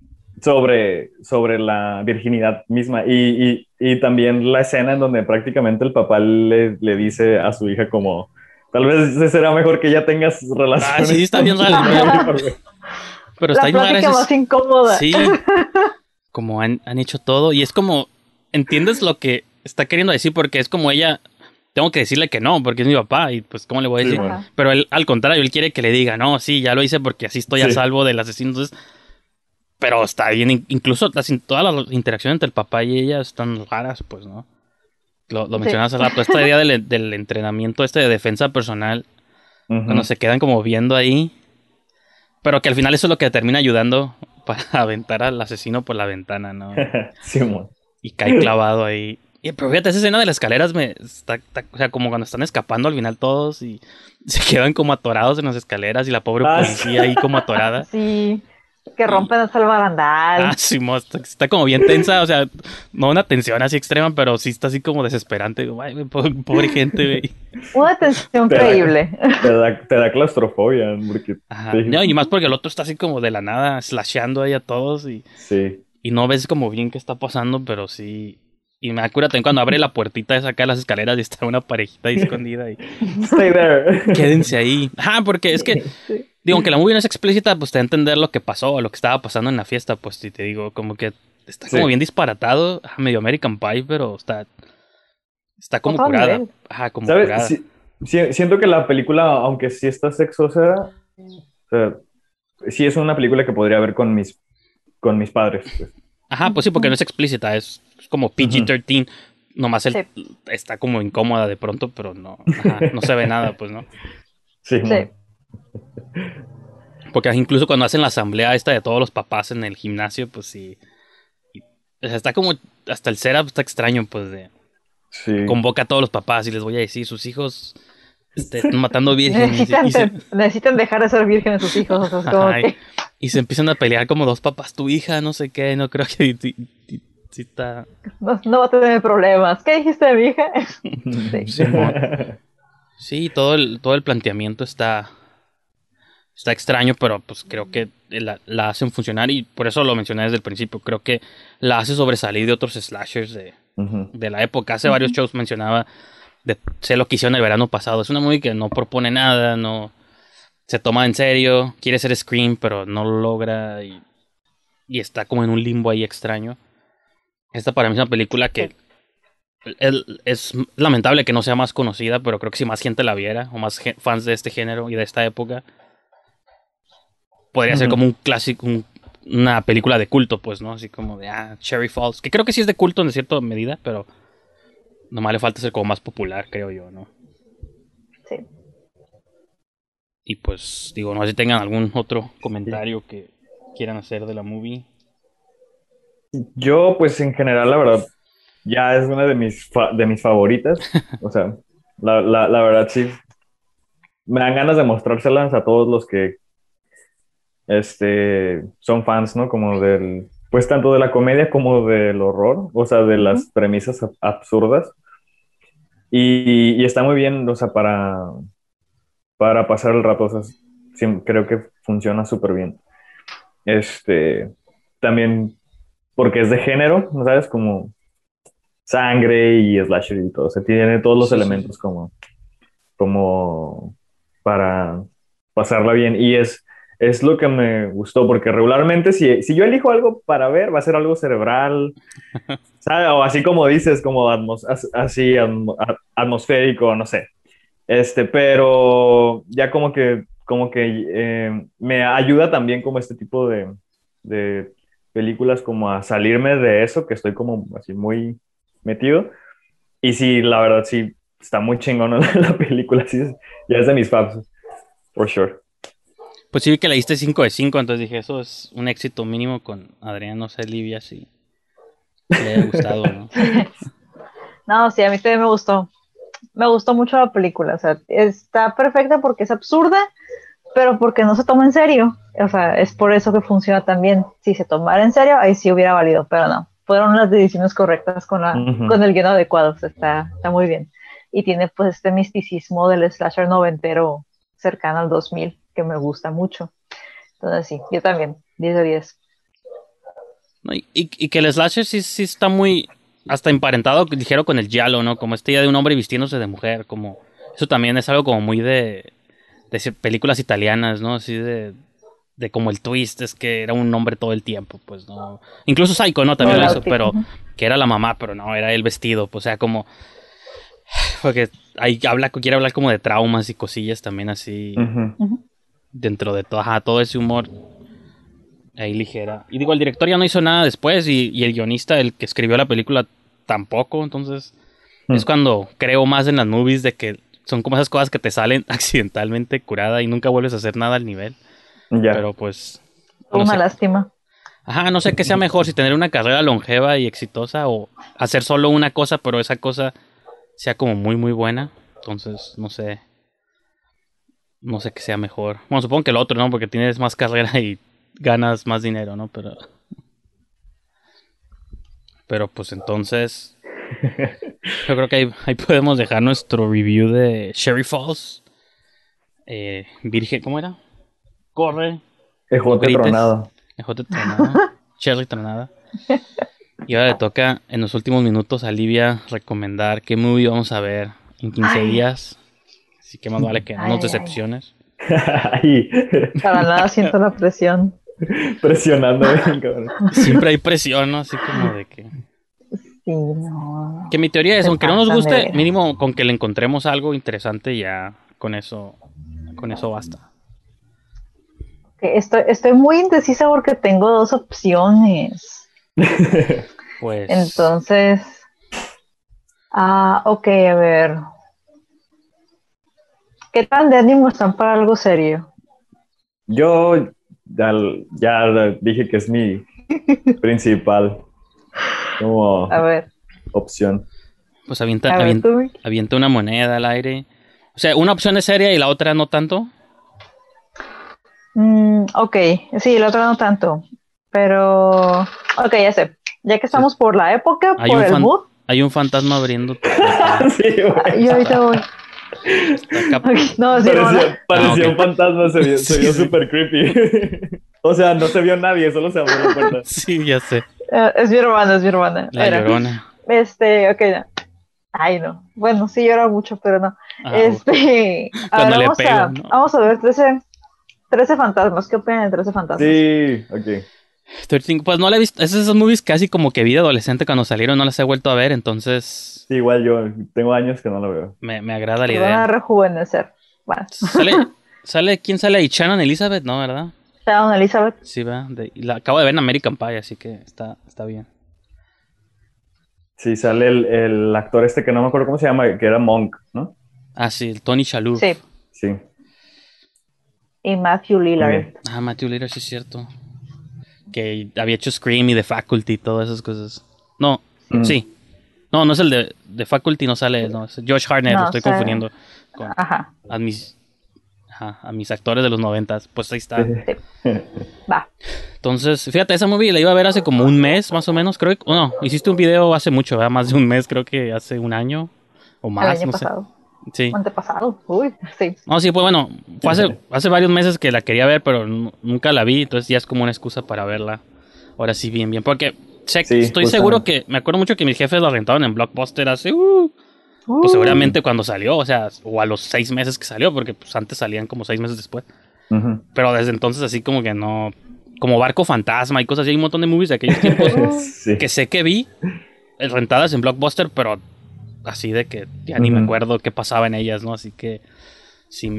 sobre la virginidad misma. Y también la escena en donde prácticamente el papá le dice a su hija como, tal vez será mejor que ya tengas Sí, relaciones está bien con raro. Mayor, güey. Pero está La bien raro plática más incómoda. Sí. Como han hecho todo. Y es como, ¿entiendes lo que está queriendo decir? Porque es como ella, tengo que decirle que no, porque es mi papá. Y pues, ¿cómo le voy a Sí, decir? bueno. Pero él, al contrario, él quiere que le diga, no, sí, ya lo hice porque así estoy a Sí. salvo del asesino. Entonces, pero está bien, incluso todas las interacciones entre el papá y ella están raras, pues, ¿no? Lo mencioné hace rato. Esta idea del entrenamiento de defensa personal, cuando Ujú. se quedan como viendo ahí. Pero que al final eso es lo que termina ayudando para aventar al asesino por la ventana, ¿no? Sí, bueno. Y cae clavado ahí. Pero fíjate, esa escena de las escaleras o sea, como cuando están escapando al final todos y se quedan como atorados en las escaleras y la pobre policía ahí como atorada. Sí, que Y, rompen hasta el barandal. sí, está como bien tensa, o sea, no una tensión así extrema, pero sí está así como desesperante. Ay, pobre gente, güey. Una tensión Te da, creíble. te da claustrofobia, porque No, y más porque el otro está así como de la nada, slasheando ahí a todos sí. y no ves como bien qué está pasando, pero sí. Y me acuerdo también cuando abre la puertita de acá de las escaleras y está una parejita ahí escondida y Stay there. quédense ahí. Porque es que, Sí. digo, aunque la movie no es explícita, pues te da a entender lo que pasó, lo que estaba pasando en la fiesta, pues si te digo, como que está como Sí. bien disparatado, medio American Pie, pero está como Otro curada. nivel. Como ¿Sabes? curada. Siento que la película, aunque sí está sexosa, o sea, sí es una película que podría ver con mis padres, pues. Pues sí, porque no es explícita, es como PG-13. Nomás Sí. está como incómoda de pronto, pero no se ve nada, pues, ¿no? Sí, Sí. Porque incluso cuando hacen la asamblea esta de todos los papás en el gimnasio, pues sí. O sea, está como. Hasta el setup está extraño, pues de. Sí. Convoca a todos los papás y les voy a decir: sus hijos están matando vírgenes. Necesitan dejar de ser vírgenes sus hijos. O sea, es como que... Y se empiezan a pelear como dos papás. Tu hija, no sé qué. No creo que. Sí está. No va a tener problemas. ¿Qué dijiste de mi hija? Sí, sí, todo el planteamiento está extraño, pero pues creo que la hacen funcionar y por eso lo mencioné desde el principio. Creo que la hace sobresalir de otros slashers de la época. Hace varios shows mencionaba sé lo que hicieron el verano pasado. Es una movie que no propone nada, no se toma en serio, quiere ser Scream, pero no lo logra y está como en un limbo ahí extraño. Esta para mí es una película que es lamentable que no sea más conocida, pero creo que si más gente la viera o más fans de este género y de esta época, podría ser como un clásico, una película de culto, pues, ¿no? Así como de, Cherry Falls, que creo que sí es de culto en cierta medida, pero nomás le falta ser como más popular, creo yo, ¿no? Sí. Y pues, digo, no sé si tengan algún otro comentario que quieran hacer de la movie. Yo, pues, en general, la verdad, ya es una de mis favoritas. O sea, la verdad, sí. Me dan ganas de mostrárselas a todos los que son fans, ¿no? Como pues tanto de la comedia como del horror, o sea, de las premisas absurdas. Y está muy bien, o sea, para pasar el rato, o sea, creo que funciona súper bien. También porque es de género, ¿no sabes? Como sangre y slasher y todo, o sea, tiene todos los elementos como para pasarla bien. Y es lo que me gustó, porque regularmente si yo elijo algo para ver, va a ser algo cerebral, ¿sabes? O así como dices, como atmosférico, no sé. Pero ya como que me ayuda también como este tipo de películas como a salirme de eso, que estoy como así muy metido. Y sí, la verdad sí, está muy chingona la película, sí, ya es de mis faves, for sure. Pues sí vi que le diste 5 de 5, entonces dije, eso es un éxito mínimo con Adrián, no sé, Livia, si le haya gustado, ¿no? No, sí, a mí también me gustó. Me gustó mucho la película. O sea, está perfecta porque es absurda, pero porque no se toma en serio. O sea, es por eso que funciona tan bien. Si se tomara en serio, ahí sí hubiera valido, pero no. Fueron las decisiones correctas con el guion adecuado. O sea, está muy bien. Y tiene pues este misticismo del slasher noventero cercano al 2000 que me gusta mucho. Entonces sí, yo también, 10 de 10. No, y que el slasher sí está muy hasta emparentado, ligero con el giallo, ¿no? Como esta idea de un hombre vistiéndose de mujer, como eso también es algo como muy de películas italianas, ¿no? Así de como el twist es que era un hombre todo el tiempo, pues no. Incluso Psycho, ¿no? También lo hizo, pero que era la mamá, pero no, era el vestido, pues, o sea, como porque ahí quiere hablar como de traumas y cosillas también así dentro de todo ese humor ahí ligera. Y digo, el director ya no hizo nada después y el guionista, el que escribió la película, tampoco. Entonces, es cuando creo más en las movies de que son como esas cosas que te salen accidentalmente curada y nunca vuelves a hacer nada al nivel. Ya. Pero pues... Una lástima. Ajá, no sé qué sea mejor, si tener una carrera longeva y exitosa o hacer solo una cosa, pero esa cosa sea como muy, muy buena. Entonces, no sé. No sé qué sea mejor. Bueno, supongo que el otro, ¿no? Porque tienes más carrera y ganas más dinero, ¿no? Pero pues entonces yo creo que ahí podemos dejar nuestro review de Cherry Falls. Virgen, ¿cómo era? Corre. Ejote tronado. Ejote tronado. Cherry tronada. Y ahora le toca en los últimos minutos a Livia recomendar qué movie vamos a ver en 15 días. Así que más vale que no nos decepciones. Para nada siento la presión. Presionando bien, cabrón. Siempre hay presión, ¿no? Así como de que... Sí, no. Que mi teoría es, aunque no nos guste, mínimo con que le encontremos algo interesante, ya con eso basta. Estoy muy indecisa porque tengo dos opciones. Pues... Entonces... ok, a ver. ¿Qué tan de ánimo están para algo serio? Yo ya dije que es mi principal como A ver, opción. Pues a ver, tú. avienta una moneda al aire. O sea, una opción es seria y la otra no tanto. Ok, sí, el otro no tanto. Pero, ok, ya sé. Ya que Sí. estamos por la época, Hay por un el mood, hay un fantasma abriendo tu puerta. Sí, güey. yo ahorita voy. Está acá. Ok, no, es mi hermana. Ah, ok. Parecía un fantasma, se Sí, vio sí. súper creepy. O sea, no se vio nadie, solo se abrió la puerta. Sí, ya sé. Es mi hermana, es mi hermana. La Era. Llorona. Ok, no. Ay, no. Bueno, sí llora mucho, pero no. Ah, A ver, cuando le pego, ¿no? vamos a ver 13 fantasmas. ¿Qué opinan de 13 fantasmas? Sí, ok. 13, pues no la he visto. Esas movies casi como que vi de adolescente cuando salieron, no las he vuelto a ver, entonces Sí, igual yo tengo años que no lo veo. me agrada la Te van a idea. rejuvenecer. Bueno, ¿Quién sale ahí? Shannon Elizabeth, ¿no, verdad? Sharon Elizabeth. Sí, va. Y la acabo de ver en American Pie, así que está bien. Sí, sale el actor este que no me acuerdo cómo se llama, que era Monk, ¿no? Ah, sí, el Tony Shalhoub. Sí. Sí, Y Matthew muy Lillard. bien. Ah, Matthew Lillard, sí es cierto. Que había hecho Scream y The Faculty y todas esas cosas. No, Mm. sí. No, no es el de Faculty, no sale, no, es Josh Hartnett, lo No, o estoy sea, confundiendo con ajá. a mis, a mis actores de los 90. Pues ahí está. Sí. Va. Entonces, fíjate, esa movie la iba a ver hace como un mes, más o menos, creo que, no, hiciste un video hace mucho, ¿verdad? Más de un mes, creo que hace un año o El más, año no sé. pasado. Sí. Antepasado. Uy, sí. No, sí, pues bueno, fue hace varios meses que la quería ver, pero nunca la vi, entonces ya es como una excusa para verla. Ahora sí, bien, bien, porque Sí, estoy seguro justamente. que, me acuerdo mucho que mis jefes la rentaron en Blockbuster hace, pues Uh, seguramente cuando salió, o sea, o a los 6 meses que salió, porque pues antes salían como 6 meses después. Ujú. Pero desde entonces así como que no, como Barco Fantasma y cosas así, hay un montón de movies de aquellos tiempos Sí. que sé que vi rentadas en Blockbuster, pero así de que ya ni me Ujú. acuerdo qué pasaba en ellas, ¿no? Así que sí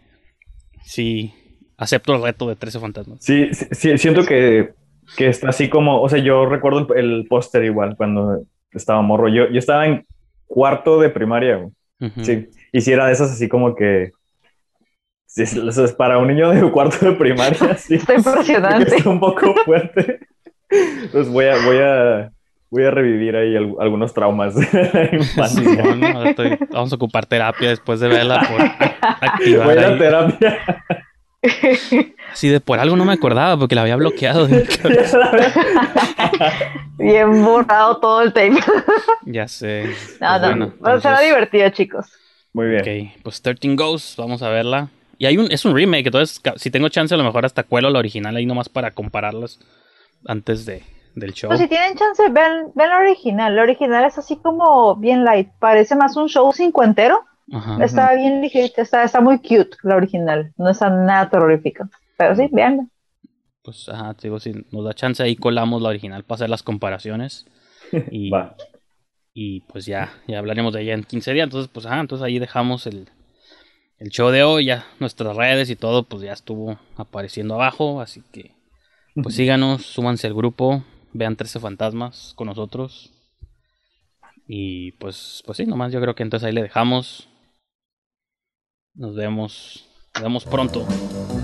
sí acepto el reto de 13 fantasmas. Sí, sí, sí, siento que está así como, o sea, yo recuerdo el póster igual cuando estaba morro. Yo estaba en cuarto de primaria, güey. Ujú. Sí, y si era de esas así como que, sí, eso es para un niño de cuarto de primaria, sí, está creo que está impresionante. un poco fuerte. Entonces voy a revivir ahí algunos traumas de la infancia. Simón, ¿no? Vamos a ocupar terapia después de verla por Voy a activar ir a ahí. terapia. Así de por algo no me acordaba porque la había bloqueado de mi Ya cabeza. sabes. Bien borrado todo el tape. Ya sé. No, Pues no. bueno, Será entonces, divertido, chicos. Muy ok, bien. pues 13 Ghosts, vamos a verla. Y es un remake, entonces si tengo chance a lo mejor hasta cuelo la original ahí nomás para compararlas antes del Pues show. si tienen chance, ven la original. La original es así como bien light. Parece más un show cincuentero. Ajá. Ujú. Está bien ligerita, está muy cute la original. No está nada terrorífica. Pero sí, veanla. Pues ajá, te digo, si nos da chance ahí colamos la original para hacer las comparaciones. Y, Va. y pues ya hablaremos de ella en 15 días. Entonces, pues ajá, entonces ahí dejamos el show de hoy. Ya nuestras redes y todo, pues ya estuvo apareciendo abajo. Así que, pues síganos, súmanse al grupo, vean 13 fantasmas con nosotros. Y pues sí, nomás yo creo que entonces ahí le dejamos. Nos vemos pronto.